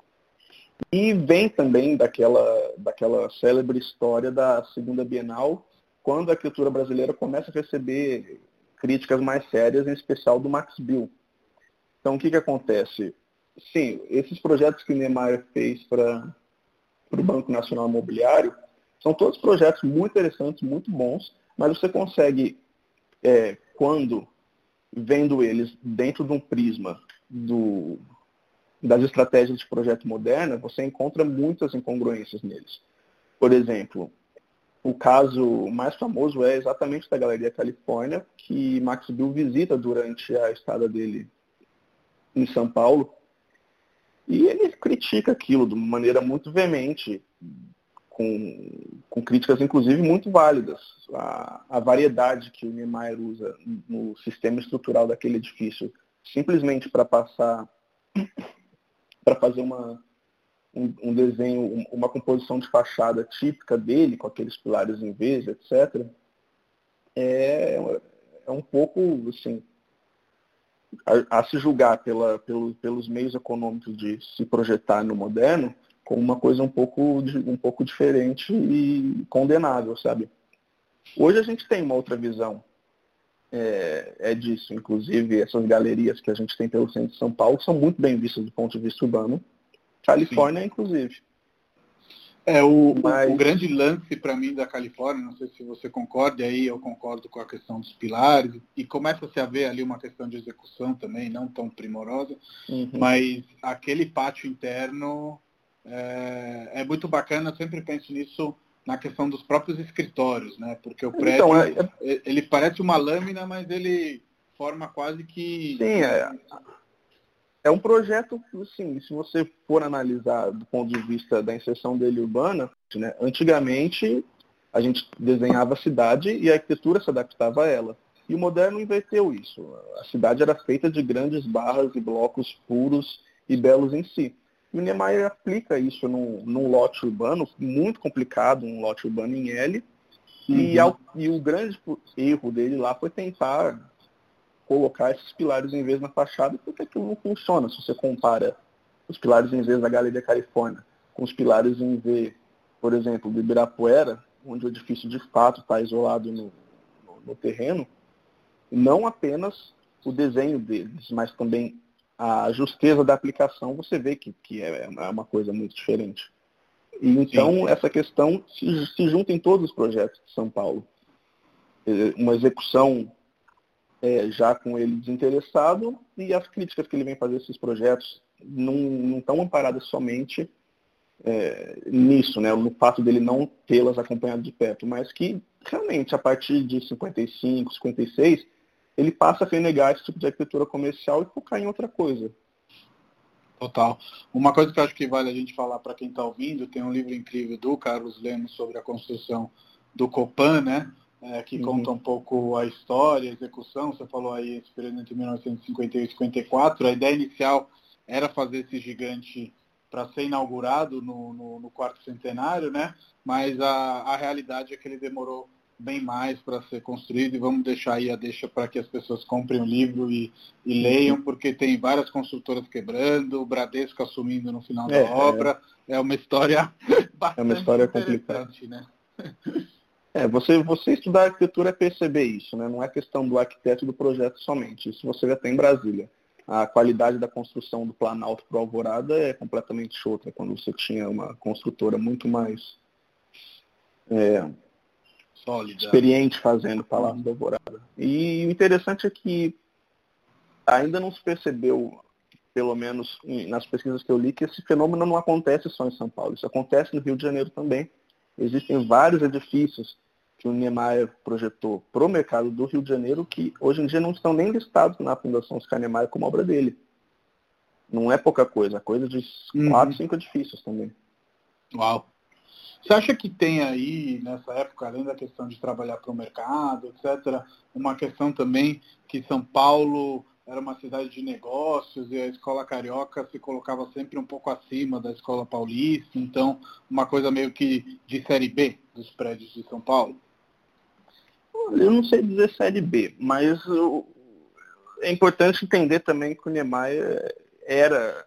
E vem também daquela, daquela célebre história da Segunda Bienal, quando a arquitetura brasileira começa a receber críticas mais sérias, em especial do Max Bill. Então, o que, que acontece? Sim, esses projetos que o Niemeyer fez para o Banco Nacional Imobiliário são todos projetos muito interessantes, muito bons, mas você consegue, é, quando vendo eles dentro de um prisma do, das estratégias de projeto moderna, você encontra muitas incongruências neles. Por exemplo, o caso mais famoso é exatamente da Galeria Califórnia, que Max Bill visita durante a estada dele em São Paulo, e ele critica aquilo de uma maneira muito veemente, com, com críticas inclusive muito válidas. A, a variedade que o Niemeyer usa no sistema estrutural daquele edifício, simplesmente para passar, para fazer uma, um, um desenho, uma composição de fachada típica dele, com aqueles pilares em vez, etcétera, é, é um pouco, assim, A, a se julgar pela, pelo, pelos meios econômicos de se projetar no moderno como uma coisa um pouco, um pouco diferente e condenável, sabe? Hoje a gente tem uma outra visão é, é disso. Inclusive, essas galerias que a gente tem pelo centro de São Paulo são muito bem vistas do ponto de vista urbano. Califórnia, Sim. inclusive. É, o, Mas... o, o grande lance para mim da Califórnia, não sei se você concorda, e aí eu concordo com a questão dos pilares, e começa-se a ver ali uma questão de execução também, não tão primorosa, Uhum. mas aquele pátio interno é, é muito bacana, eu sempre penso nisso na questão dos próprios escritórios, né? Porque o prédio, Então, é, é... ele parece uma lâmina, mas ele forma quase que... Sim, é... É um projeto que, assim, se você for analisar do ponto de vista da inserção dele urbana, né, antigamente a gente desenhava a cidade e a arquitetura se adaptava a ela. E o moderno inverteu isso. A cidade era feita de grandes barras e blocos puros e belos em si. E o Niemeyer aplica isso num, num lote urbano muito complicado, um lote urbano em L, uhum. e, ao, e o grande erro dele lá foi tentar colocar esses pilares em vez na fachada, porque aquilo não funciona. Se você compara os pilares em vez da Galeria Califórnia com os pilares em V, por exemplo, do Ibirapuera, onde o edifício de fato está isolado no, no, no terreno, não apenas o desenho deles, mas também a justeza da aplicação, você vê que, que é uma coisa muito diferente. E então, sim, sim. Essa questão se, se junta em todos os projetos de São Paulo. Uma execução É, já com ele desinteressado, e as críticas que ele vem fazer a esses projetos não, não estão amparadas somente é, nisso, né, no fato dele não tê-las acompanhado de perto, mas que realmente a partir de cinquenta e cinco, cinquenta e seis, ele passa a renegar esse tipo de arquitetura comercial e focar em outra coisa. Total. Uma coisa que eu acho que vale a gente falar para quem está ouvindo, tem um livro incrível do Carlos Lemos sobre a construção do Copan, né? É, que uhum. conta um pouco a história, a execução. Você falou aí esse período entre mil novecentos e cinquenta e oito e cinquenta e quatro. A ideia inicial era fazer esse gigante para ser inaugurado no, no, no quarto centenário, né? Mas a, a realidade é que ele demorou bem mais para ser construído, e vamos deixar aí a deixa para que as pessoas comprem o livro e, e leiam, porque tem várias construtoras quebrando, o Bradesco assumindo no final é, da obra. É, é uma história bastante é uma história complicada, né? É, você, você estudar arquitetura é perceber isso, né? Não é questão do arquiteto e do projeto somente. Isso você já tem em Brasília. A qualidade da construção do Planalto para o Alvorada é completamente outra, quando você tinha uma construtora muito mais é, sólida, experiente fazendo o Palácio uhum. da Alvorada. E o interessante é que ainda não se percebeu, pelo menos nas pesquisas que eu li, que esse fenômeno não acontece só em São Paulo. Isso acontece no Rio de Janeiro também. Existem vários edifícios que o Niemeyer projetou para o mercado do Rio de Janeiro que hoje em dia não estão nem listados na Fundação Oscar Niemeyer como obra dele. Não é pouca coisa, é coisa de uhum. quatro, cinco edifícios também. Uau! Você acha que tem aí, nessa época, além da questão de trabalhar para o mercado, etcétera, uma questão também que São Paulo era uma cidade de negócios e a escola carioca se colocava sempre um pouco acima da escola paulista, então uma coisa meio que de série B dos prédios de São Paulo? Eu não sei dizer série B, mas eu, é importante entender também que o Niemeyer era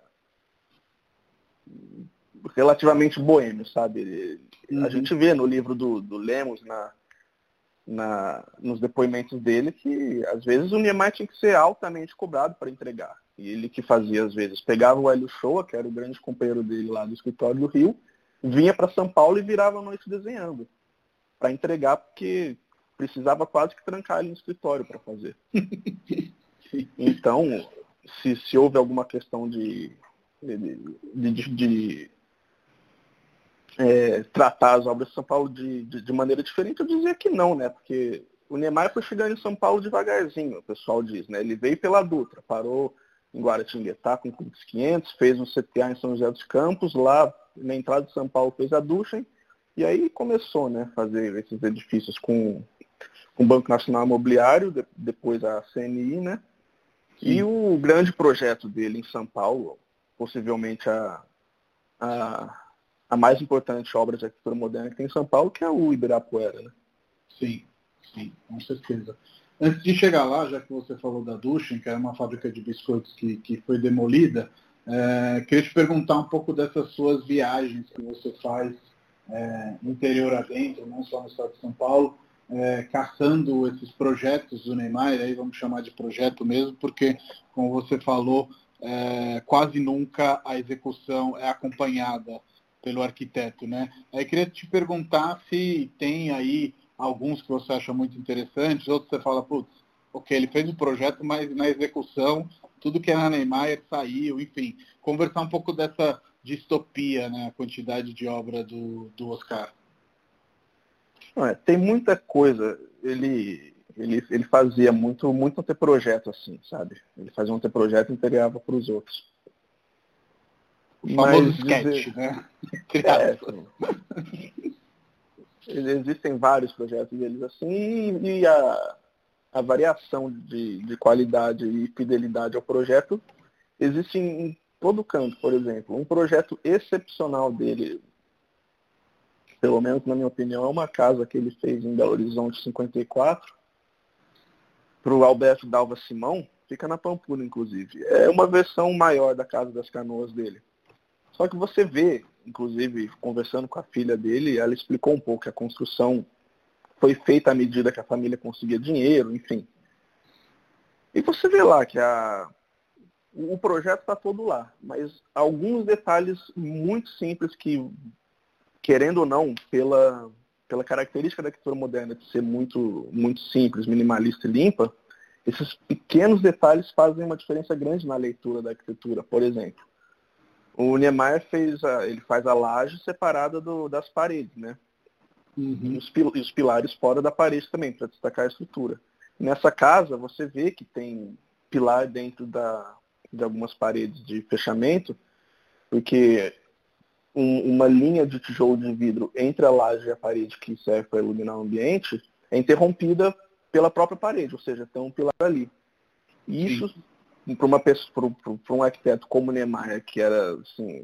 relativamente boêmio, sabe? Uhum. A gente vê no livro do, do Lemos, na, na, nos depoimentos dele, que às vezes o Niemeyer tinha que ser altamente cobrado para entregar. E ele que fazia, às vezes, pegava o Hélio Shoa, que era o grande companheiro dele lá do escritório do Rio, vinha para São Paulo e virava a noite desenhando, para entregar, porque precisava quase que trancar ele no escritório para fazer. Então, se, se houve alguma questão de, de, de, de, de é, tratar as obras de São Paulo de, de, de maneira diferente, eu dizia que não, né? Porque o Niemeyer foi chegando em São Paulo devagarzinho, o pessoal diz, né? Ele veio pela Dutra, parou em Guaratinguetá com o quinhentos, fez um C T A em São José dos Campos, lá na entrada de São Paulo fez a Duschen, e aí começou, né, fazer esses edifícios com, com o Banco Nacional Imobiliário, de, depois a C N I, né? Sim. E o grande projeto dele em São Paulo, possivelmente a, a, a mais importante obra de arquitetura moderna que tem em São Paulo, que é o Ibirapuera, né? Sim, sim, com certeza. Antes de chegar lá, já que você falou da Duschen, que era uma fábrica de biscoitos que, que foi demolida, é, queria te perguntar um pouco dessas suas viagens que você faz é, interior adentro, não só no estado de São Paulo, é, caçando esses projetos do Niemeyer, aí vamos chamar de projeto mesmo, porque, como você falou, é, quase nunca a execução é acompanhada pelo arquiteto, né? Aí queria te perguntar se tem aí alguns que você acha muito interessantes, outros você fala, putz, ok, ele fez o projeto, mas na execução, tudo que é na Niemeyer saiu, enfim. Conversar um pouco dessa distopia, né? A quantidade de obra do, do Oscar. Não, é, tem muita coisa. Ele, ele, ele fazia muito, muito anteprojeto, assim, sabe? Ele fazia um anteprojeto e entregava para os outros. O famoso Mas sketch, dizer, né? é, existem vários projetos deles assim, e a, a variação de, de qualidade e fidelidade ao projeto existe em, em todo canto. Por exemplo, um projeto excepcional dele, pelo menos na minha opinião, é uma casa que ele fez em Belo Horizonte cinquenta e quatro, para o Alberto Dalva Simão, fica na Pampulha, inclusive. É uma versão maior da Casa das Canoas dele. Só que você vê, inclusive, conversando com a filha dele, ela explicou um pouco que a construção foi feita à medida que a família conseguia dinheiro, enfim. E você vê lá que a, o projeto está todo lá, mas alguns detalhes muito simples que, querendo ou não, pela, pela característica da arquitetura moderna de ser muito, muito simples, minimalista e limpa, esses pequenos detalhes fazem uma diferença grande na leitura da arquitetura. Por exemplo, o Niemeyer fez a, ele faz a laje separada do, das paredes, né? Uhum. E, os, e os pilares fora da parede também, para destacar a estrutura. Nessa casa, você vê que tem pilar dentro da, de algumas paredes de fechamento, porque um, uma linha de tijolo de vidro entre a laje e a parede que serve para iluminar o ambiente é interrompida pela própria parede, ou seja, tem um pilar ali. E isso, para uma pessoa, para um arquiteto como Niemeyer, que era assim,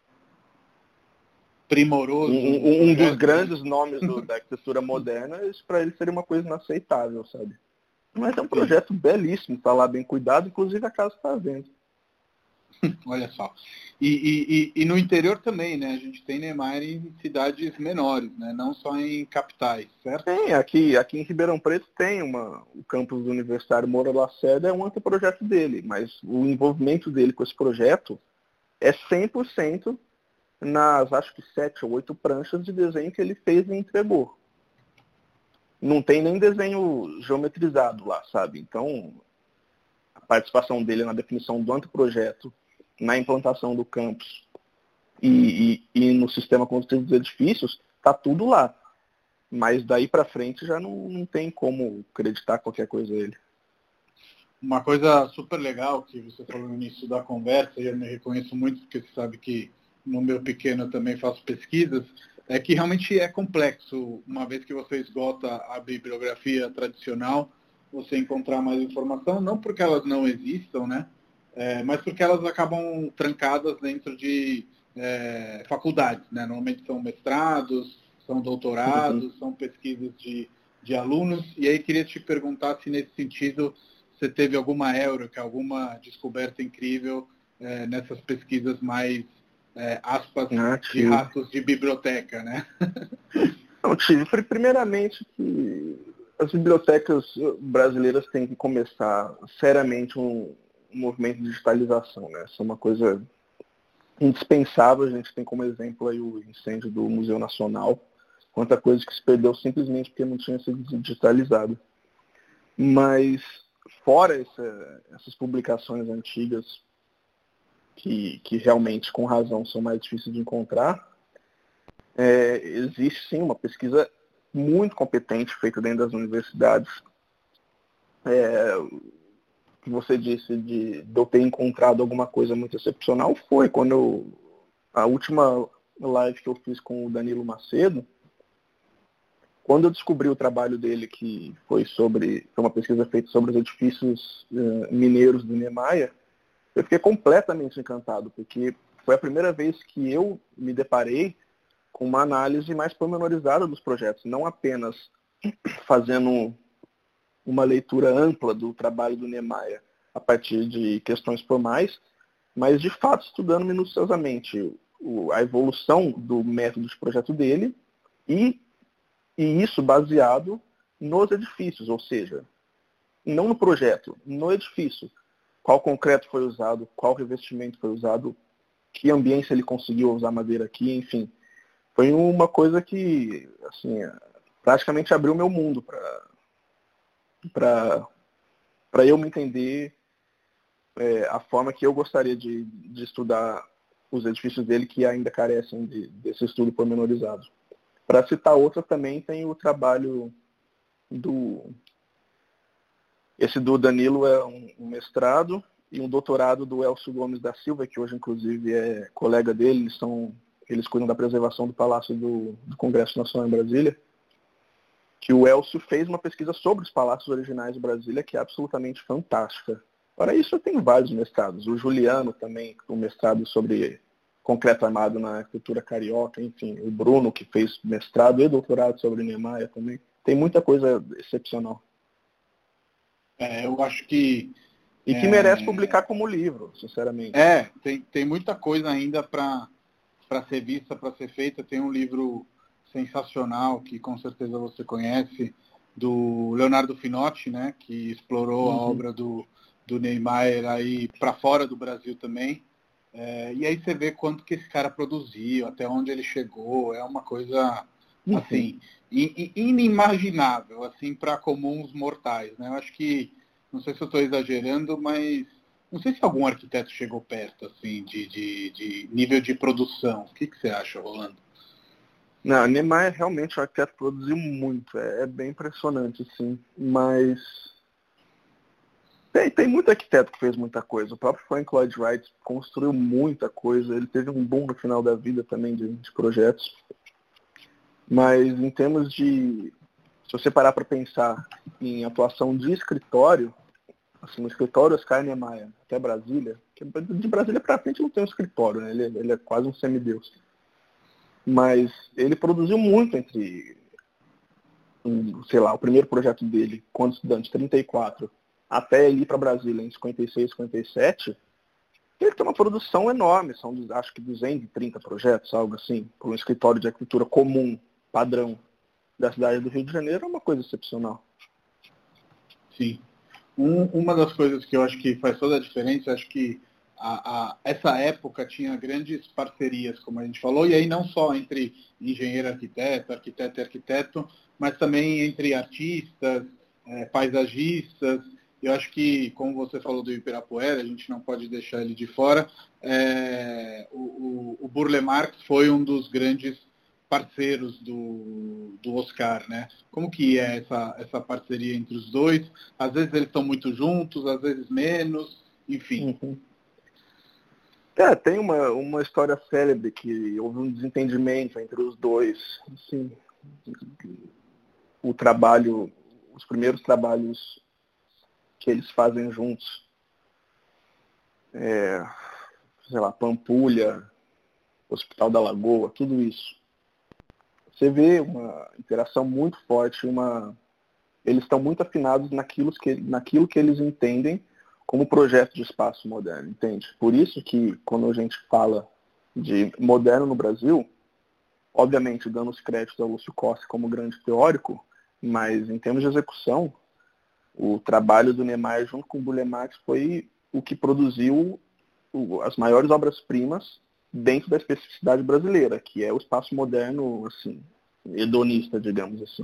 primoroso. Um, um dos grandes nomes do, da arquitetura moderna, isso para ele seria uma coisa inaceitável, sabe? Mas é um projeto Sim. belíssimo, está lá bem cuidado, inclusive a casa está à venda. Olha só. E, e, e, e no interior também, né? A gente tem Niemeyer em cidades menores, né? Não só em capitais, certo? Tem, aqui, aqui em Ribeirão Preto tem uma, o campus do Universitário Moura Lacerda, é um anteprojeto dele, mas o envolvimento dele com esse projeto é cem por cento nas, acho que sete ou oito pranchas de desenho que ele fez e entregou. Não tem nem desenho geometrizado lá, sabe? Então, a participação dele na definição do anteprojeto, na implantação do campus e, e, e no sistema construtivo dos edifícios, está tudo lá. Mas daí para frente já não, não tem como acreditar qualquer coisa a ele. Uma coisa super legal que você falou no início da conversa, e eu me reconheço muito, porque você sabe que no meu pequeno eu também faço pesquisas, é que realmente é complexo, uma vez que você esgota a bibliografia tradicional, você encontrar mais informação, não porque elas não existam, né? É, mas porque elas acabam trancadas dentro de é, faculdades, né? Normalmente são mestrados, são doutorados, uhum. são pesquisas de, de alunos, e aí queria te perguntar se nesse sentido você teve alguma éureca, alguma descoberta incrível é, nessas pesquisas mais É, aspas, ah, de ratos de biblioteca, né? Não, tive. Primeiramente que as bibliotecas brasileiras têm que começar seriamente um, um movimento de digitalização, né? Isso é uma coisa indispensável. A gente tem como exemplo aí o incêndio do Museu Nacional, quanta coisa que se perdeu simplesmente porque não tinha sido digitalizado. Mas, fora essa, essas publicações antigas, Que, que realmente, com razão, são mais difíceis de encontrar, é, existe sim uma pesquisa muito competente feita dentro das universidades. É, o que você disse de, de eu ter encontrado alguma coisa muito excepcional foi quando eu, a última live que eu fiz com o Danilo Macedo, quando eu descobri o trabalho dele, que foi sobre foi uma pesquisa feita sobre os edifícios uh, mineiros do Niemeyer, eu fiquei completamente encantado, porque foi a primeira vez que eu me deparei com uma análise mais pormenorizada dos projetos, não apenas fazendo uma leitura ampla do trabalho do Niemeyer a partir de questões formais, mas de fato estudando minuciosamente a evolução do método de projeto dele e, e isso baseado nos edifícios, ou seja, não no projeto, no edifício. Qual concreto foi usado, qual revestimento foi usado, que ambiência ele conseguiu usar madeira aqui, enfim. Foi uma coisa que, assim, praticamente abriu meu mundo para eu me entender é, a forma que eu gostaria de, de estudar os edifícios dele que ainda carecem de, desse estudo pormenorizado. Para citar outra também tem o trabalho do... Esse do Danilo é um, um mestrado e um doutorado do Elcio Gomes da Silva, que hoje inclusive é colega dele, eles, são, eles cuidam da preservação do Palácio do, do Congresso Nacional em Brasília, que o Elcio fez uma pesquisa sobre os palácios originais de Brasília que é absolutamente fantástica. Para isso eu tenho vários mestrados. O Juliano também, um mestrado sobre concreto armado na cultura carioca, enfim. O Bruno, que fez mestrado e doutorado sobre Niemeyer também. Tem muita coisa excepcional. É, eu acho que... E que é... merece publicar como livro, sinceramente. É, tem, tem muita coisa ainda para ser vista, para ser feita. Tem um livro sensacional, que com certeza você conhece, do Leonardo Finotti, né, que explorou uhum. a obra do, do Niemeyer aí para fora do Brasil também. É, e aí você vê quanto que esse cara produziu, até onde ele chegou. É uma coisa, uhum. assim, inimaginável, assim, para comuns mortais, né? Eu acho que, não sei se eu estou exagerando, mas não sei se algum arquiteto chegou perto, assim, de, de, de nível de produção. O que, que você acha, Rolando? Não, Niemeyer realmente o arquiteto produziu muito, é, é bem impressionante, sim, mas tem, tem muito arquiteto que fez muita coisa. O próprio Frank Lloyd Wright construiu muita coisa, ele teve um boom no final da vida também de, de projetos, mas em termos de, se você parar para pensar em atuação de escritório, assim, no escritório Oscar Niemeyer, até Brasília, que de Brasília para frente não tem um escritório, né? ele, ele é quase um semideus. Mas ele produziu muito entre, sei lá, o primeiro projeto dele, quando estudante, trinta e quatro, até ele ir para Brasília em cinquenta e seis, cinquenta e sete, ele tem uma produção enorme, são acho que duzentos e trinta projetos, algo assim, para um escritório de arquitetura comum, padrão da cidade do Rio de Janeiro, é uma coisa excepcional. Sim. Um, uma das coisas que eu acho que faz toda a diferença, acho que A, a, essa época tinha grandes parcerias, como a gente falou, e aí não só entre engenheiro arquiteto, arquiteto e arquiteto, mas também entre artistas, é, paisagistas. Eu acho que, como você falou do Ibirapuera, a gente não pode deixar ele de fora, é, o, o, o Burle Marx foi um dos grandes parceiros do, do Oscar, né? Como que é essa, essa parceria entre os dois? Às vezes eles estão muito juntos, às vezes menos, enfim. Uhum. É, tem uma, uma história célebre que houve um desentendimento entre os dois. Assim, o trabalho, os primeiros trabalhos que eles fazem juntos, é, sei lá, Pampulha, Hospital da Lagoa, tudo isso. Você vê uma interação muito forte, uma, eles estão muito afinados naquilo que, naquilo que eles entendem como projeto de espaço moderno, entende? Por isso que, quando a gente fala de moderno no Brasil, obviamente dando os créditos ao Lúcio Costa como grande teórico, mas em termos de execução, o trabalho do Niemeyer junto com o Burle Marx foi o que produziu as maiores obras-primas dentro da especificidade brasileira, que é o espaço moderno, assim, hedonista, digamos assim.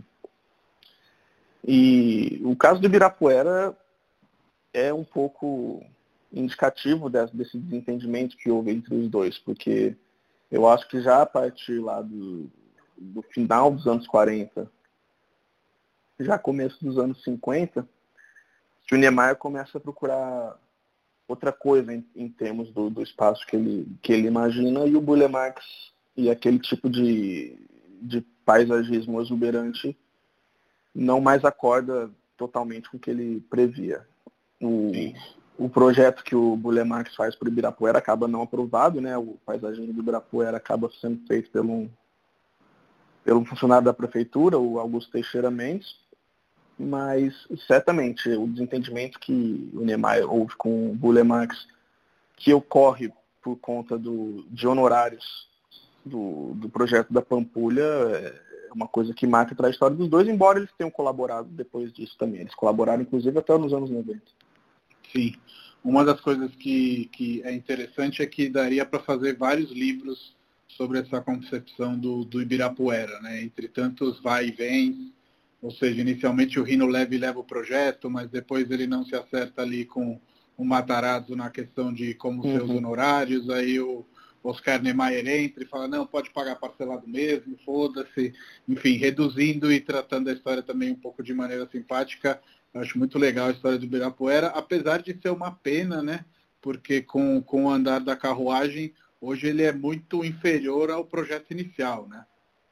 E o caso do Ibirapuera é um pouco indicativo desse desentendimento que houve entre os dois, porque eu acho que já a partir lá do, do final dos anos quarenta, já começo dos anos cinquenta, que o Niemeyer começa a procurar outra coisa em, em termos do, do espaço que ele, que ele imagina, e o Burle Marx e aquele tipo de, de paisagismo exuberante não mais acorda totalmente com o que ele previa. O, o projeto que o Burle Marx faz para o Ibirapuera acaba não aprovado, né? O paisagismo do Ibirapuera acaba sendo feito pelo, pelo um funcionário da prefeitura, o Augusto Teixeira Mendes, mas certamente o desentendimento que o Niemeyer houve com o Burle Marx, que ocorre por conta do, de honorários do, do projeto da Pampulha, é uma coisa que marca a trajetória dos dois, embora eles tenham colaborado depois disso também. Eles colaboraram, inclusive, até nos anos noventa. Sim. uma das coisas que, que é interessante é que daria para fazer vários livros sobre essa concepção do, do Ibirapuera, né? Entre tantos vai e vem, ou seja, inicialmente o Rino Leve leva o projeto, mas depois ele não se acerta ali com o Matarazzo na questão de como Uhum. ser os honorários, aí o Oscar Niemeyer entra e fala, não, pode pagar parcelado mesmo, foda-se, enfim, reduzindo e tratando a história também um pouco de maneira simpática. Eu acho muito legal a história do Ibirapuera, apesar de ser uma pena, né? Porque com, com o andar da carruagem, hoje ele é muito inferior ao projeto inicial, né?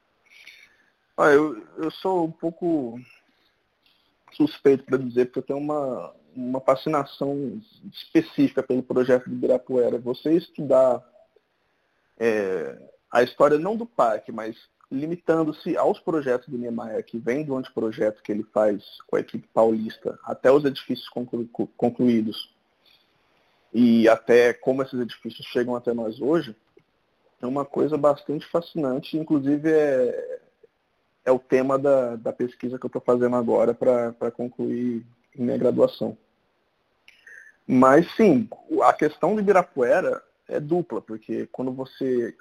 Ah, eu, eu sou um pouco suspeito para dizer, porque eu tenho uma, uma fascinação específica pelo projeto do Ibirapuera. Você estudar é, a história não do parque, mas limitando-se aos projetos do Niemeyer, que vem do anteprojeto que ele faz com a equipe paulista, até os edifícios conclu, concluídos, e até como esses edifícios chegam até nós hoje, é uma coisa bastante fascinante, inclusive é, é o tema da, da pesquisa que eu estou fazendo agora para concluir minha graduação. Mas sim, a questão do Ibirapuera é dupla, porque quando você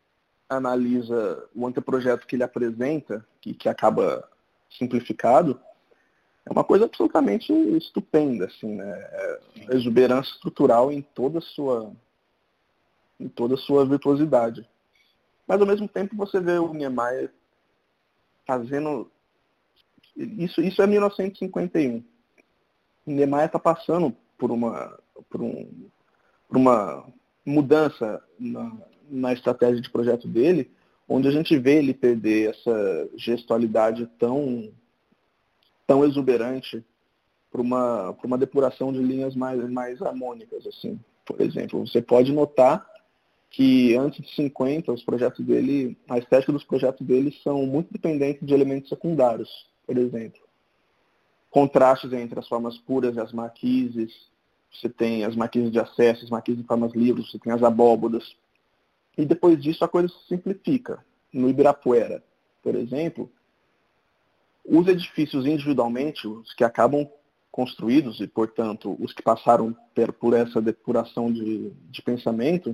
analisa o anteprojeto que ele apresenta, que, que acaba simplificado, é uma coisa absolutamente estupenda, assim, né? É a exuberância estrutural em toda a sua, em toda a sua virtuosidade. Mas ao mesmo tempo você vê o Niemeyer fazendo isso, isso é mil novecentos e cinquenta e um. O Niemeyer está passando por uma, por, um, por uma mudança na, na estratégia de projeto dele, onde a gente vê ele perder essa gestualidade tão, tão exuberante para uma, para uma depuração de linhas mais, mais harmônicas, assim. Por exemplo, você pode notar que antes de cinquenta, os projetos dele, a estética dos projetos dele são muito dependentes de elementos secundários, por exemplo. Contrastes entre as formas puras e as marquises, você tem as marquises de acesso, as marquises de formas livres, você tem as abóbodas. E depois disso a coisa se simplifica. No Ibirapuera, por exemplo, os edifícios individualmente, os que acabam construídos e, portanto, os que passaram por essa depuração de, de pensamento,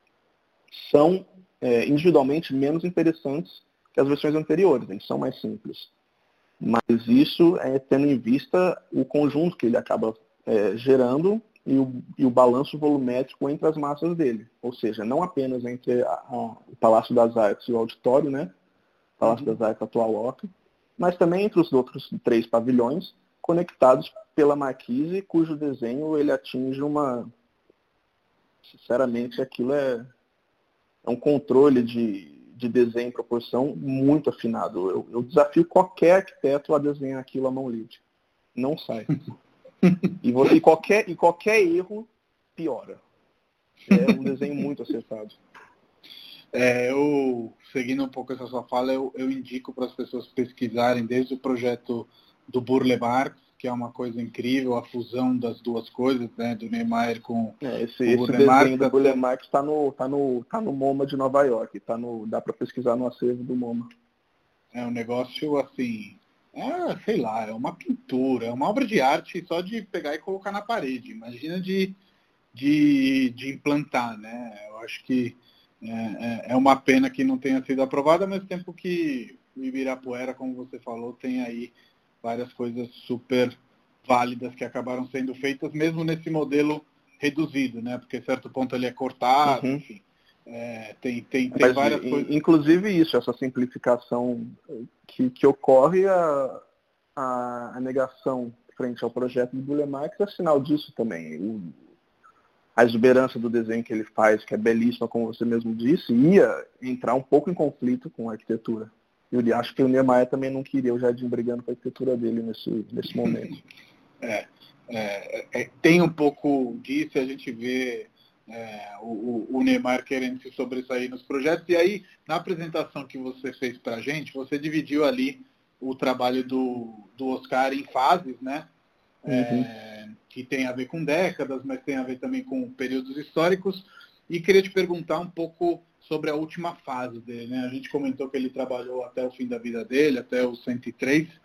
são é, individualmente menos interessantes que as versões anteriores, eles são mais simples. Mas isso é tendo em vista o conjunto que ele acaba é, gerando e o, e o balanço volumétrico entre as massas dele. Ou seja, não apenas entre a, a, o Palácio das Artes e o auditório, né? O Palácio uhum. das Artes atual Oca, mas também entre os outros três pavilhões, conectados pela marquise, cujo desenho ele atinge uma... Sinceramente, aquilo é, é um controle de, de desenho em proporção muito afinado. Eu, eu desafio qualquer arquiteto a desenhar aquilo à mão livre. Não sai. E, você, e, qualquer, e qualquer erro piora. É um desenho muito acertado. É, eu, seguindo um pouco essa sua fala, eu, eu indico para as pessoas pesquisarem desde o projeto do Burle Marx, que é uma coisa incrível, a fusão das duas coisas, né, do Niemeyer com é, esse, o esse Burle desenho Marx. do Burle Marx está no, tá no, tá no MoMA de Nova York, tá no, dá para pesquisar no acervo do MoMA. É um negócio assim, é, sei lá, é uma pintura, é uma obra de arte só de pegar e colocar na parede. Imagina de, de, de implantar, né? Eu acho que é, é uma pena que não tenha sido aprovada, ao mesmo tempo que o Ibirapuera, como você falou, tem aí várias coisas super válidas que acabaram sendo feitas, mesmo nesse modelo reduzido, né? Porque a certo ponto ele é cortado, uhum. enfim. É, tem, tem, tem Mas, várias coisas. Inclusive isso, essa simplificação que, que ocorre, a, a, a negação frente ao projeto de Burle Marx é sinal disso também. O, a exuberância do desenho que ele faz, que é belíssima, como você mesmo disse, ia entrar um pouco em conflito com a arquitetura. Eu acho que o Niemeyer também não queria o Jardim brigando com a arquitetura dele nesse, nesse momento. é, é, é, tem um pouco disso, a gente vê é, o, o Niemeyer querendo se sobressair nos projetos. E aí, na apresentação que você fez para a gente, você dividiu ali o trabalho do, do Oscar em fases, né? Uhum. É, que tem a ver com décadas, mas tem a ver também com períodos históricos. E queria te perguntar um pouco sobre a última fase dele, né? A gente comentou que ele trabalhou até o fim da vida dele, até os cento e três,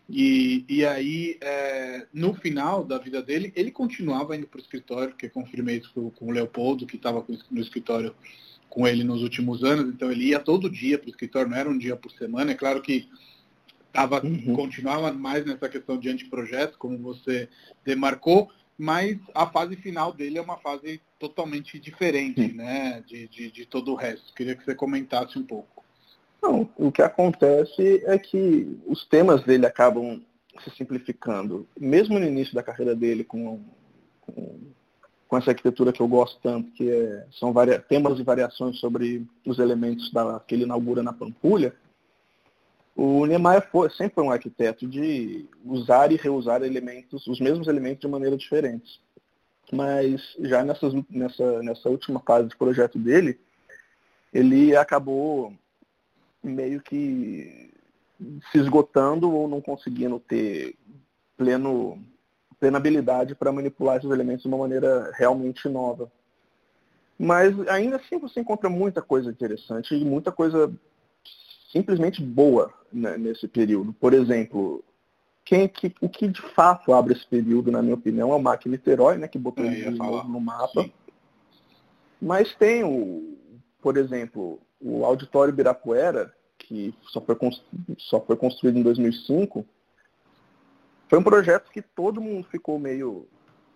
E, e aí, é, no final da vida dele, ele continuava indo para o escritório, porque confirmei isso com, com o Leopoldo, que estava no escritório com ele nos últimos anos, então ele ia todo dia para o escritório, não era um dia por semana. É claro que tava, uhum. continuava mais nessa questão de anteprojeto, como você demarcou, mas a fase final dele é uma fase totalmente diferente, né, de, de, de todo o resto. Queria que você comentasse um pouco. Não, o que acontece é que os temas dele acabam se simplificando. Mesmo no início da carreira dele, com, com, com essa arquitetura que eu gosto tanto, que é, são varia, temas e variações sobre os elementos da, que ele inaugura na Pampulha, o Niemeyer foi, sempre foi um arquiteto de usar e reusar elementos, os mesmos elementos de maneira diferente. Mas já nessas, nessa, nessa última fase de projeto dele, ele acabou meio que se esgotando ou não conseguindo ter pleno, plena habilidade para manipular esses elementos de uma maneira realmente nova. Mas ainda assim você encontra muita coisa interessante e muita coisa simplesmente boa, né, nesse período. Por exemplo, quem, que, o que de fato abre esse período, na minha opinião, é o Mac Niterói, né, que botou é, ele de novo no mapa. Sim. Mas tem, o, por exemplo, o Auditório Ibirapuera, que só foi, só foi construído em dois mil e cinco, foi um projeto que todo mundo ficou meio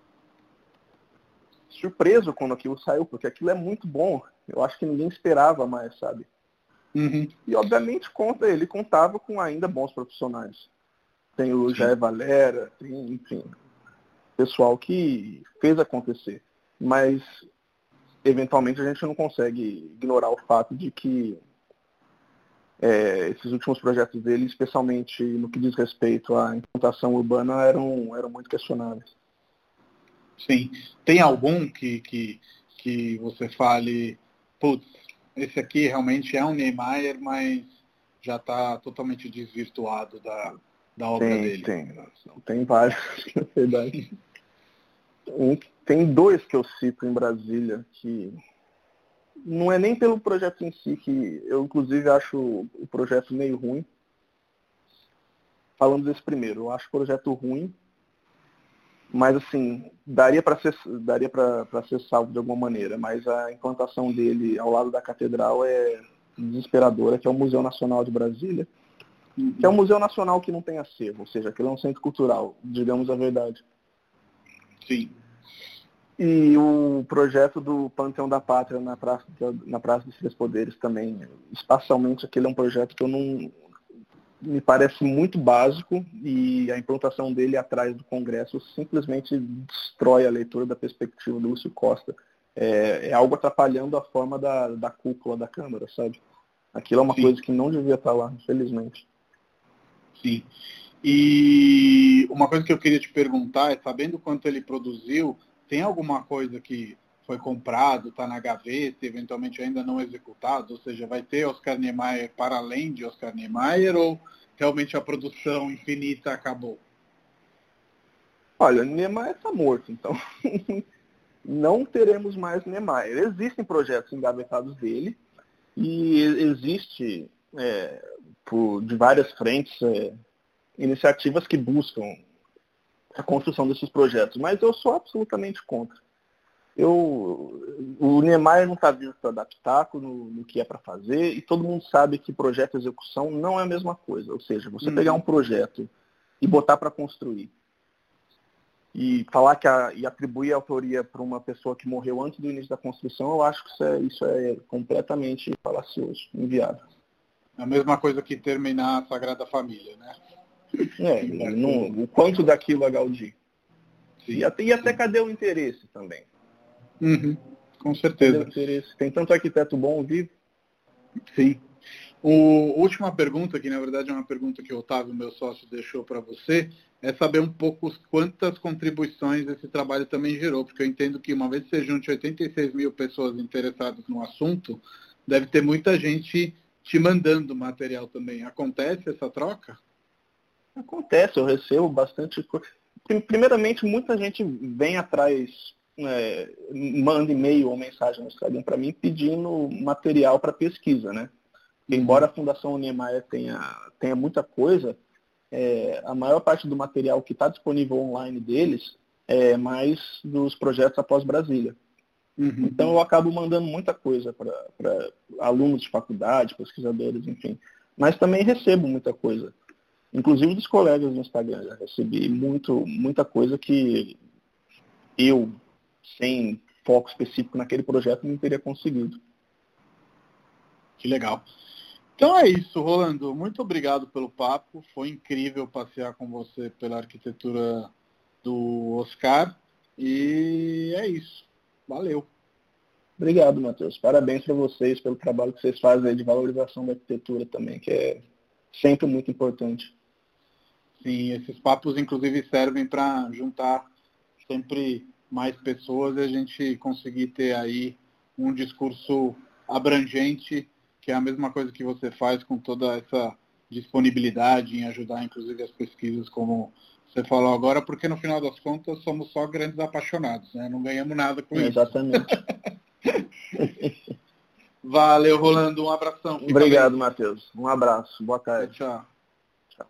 surpreso quando aquilo saiu, porque aquilo é muito bom. Eu acho que ninguém esperava mais, sabe? Uhum. E, obviamente, conta, ele contava com ainda bons profissionais. Tem o Jair Valera, tem, enfim, pessoal que fez acontecer. Mas, eventualmente, a gente não consegue ignorar o fato de que É, esses últimos projetos dele, especialmente no que diz respeito à implantação urbana, eram, eram muito questionáveis. Sim. Tem algum que, que, que você fale, putz, esse aqui realmente é um Niemeyer, mas já está totalmente desvirtuado da, da obra tem, dele? Tem, tem vários, na verdade. Tem dois que eu cito em Brasília, que não é nem pelo projeto em si, que eu inclusive acho o projeto meio ruim. Falando desse primeiro, eu acho o projeto ruim, mas assim, daria para ser, daria para ser salvo de alguma maneira, mas a implantação dele ao lado da catedral é desesperadora, que é o Museu Nacional de Brasília, uhum. que é um museu nacional que não tem acervo, ou seja, aquele é um centro cultural, digamos a verdade. Sim. E o projeto do Panteão da Pátria na Praça, na Praça dos Três Poderes também, espacialmente aquele é um projeto que eu não... me parece muito básico e a implantação dele atrás do Congresso simplesmente destrói a leitura da perspectiva do Lúcio Costa. É, é algo atrapalhando a forma da, da cúpula da Câmara, sabe? Aquilo é uma Sim. coisa que não devia estar lá, infelizmente. Sim. E uma coisa que eu queria te perguntar é, sabendo quanto ele produziu, tem alguma coisa que foi comprado, está na gaveta, eventualmente ainda não executado? Ou seja, vai ter Oscar Niemeyer para além de Oscar Niemeyer ou realmente a produção infinita acabou? Olha, Niemeyer está morto, então não teremos mais Niemeyer. Existem projetos engavetados dele e existe, é, por, de várias frentes, é, iniciativas que buscam a construção desses projetos, mas eu sou absolutamente contra. Eu, o Niemeyer não está vindo para dar pitaco no, no que é para fazer, e todo mundo sabe que projeto e execução não é a mesma coisa. Ou seja, você hum. pegar um projeto e botar para construir, e falar que a, e atribuir a autoria para uma pessoa que morreu antes do início da construção, eu acho que isso é, isso é completamente falacioso, inviável. É a mesma coisa que terminar a Sagrada Família, né? É, não, o quanto daquilo é Gaudí. Sim, e até, e até cadê o interesse também? Uhum, com certeza. Tem tanto arquiteto bom vivo. Sim. O, última pergunta, que na verdade é uma pergunta que o Otávio, meu sócio, deixou para você, é saber um pouco quantas contribuições esse trabalho também gerou, porque eu entendo que uma vez que você junte oitenta e seis mil pessoas interessadas no assunto, deve ter muita gente te mandando material também. Acontece essa troca? Acontece, eu recebo bastante coisa. Primeiramente, muita gente vem atrás, é, manda e-mail ou mensagem no Instagram para mim pedindo material para pesquisa, né? Porque, embora a Fundação Niemeyer tenha, tenha muita coisa, é, a maior parte do material que está disponível online deles é mais dos projetos após Brasília. Uhum. Então eu acabo mandando muita coisa para alunos de faculdade, pesquisadores, enfim. Mas também recebo muita coisa. Inclusive dos colegas no Instagram. Já recebi muito, muita coisa que eu, sem foco específico naquele projeto, não teria conseguido. Que legal. Então é isso, Rolando. Muito obrigado pelo papo. Foi incrível passear com você pela arquitetura do Oscar. E é isso. Valeu. Obrigado, Matheus. Parabéns para vocês pelo trabalho que vocês fazem aí de valorização da arquitetura também, que é sempre muito importante. Sim, esses papos, inclusive, servem para juntar sempre mais pessoas e a gente conseguir ter aí um discurso abrangente, que é a mesma coisa que você faz com toda essa disponibilidade em ajudar, inclusive, as pesquisas, como você falou agora, porque no final das contas somos só grandes apaixonados, né? Não ganhamos nada com é, isso. Exatamente. Valeu, Rolando. Um abração. Fica Obrigado, bem. Matheus. Um abraço. Boa tarde. Tchau.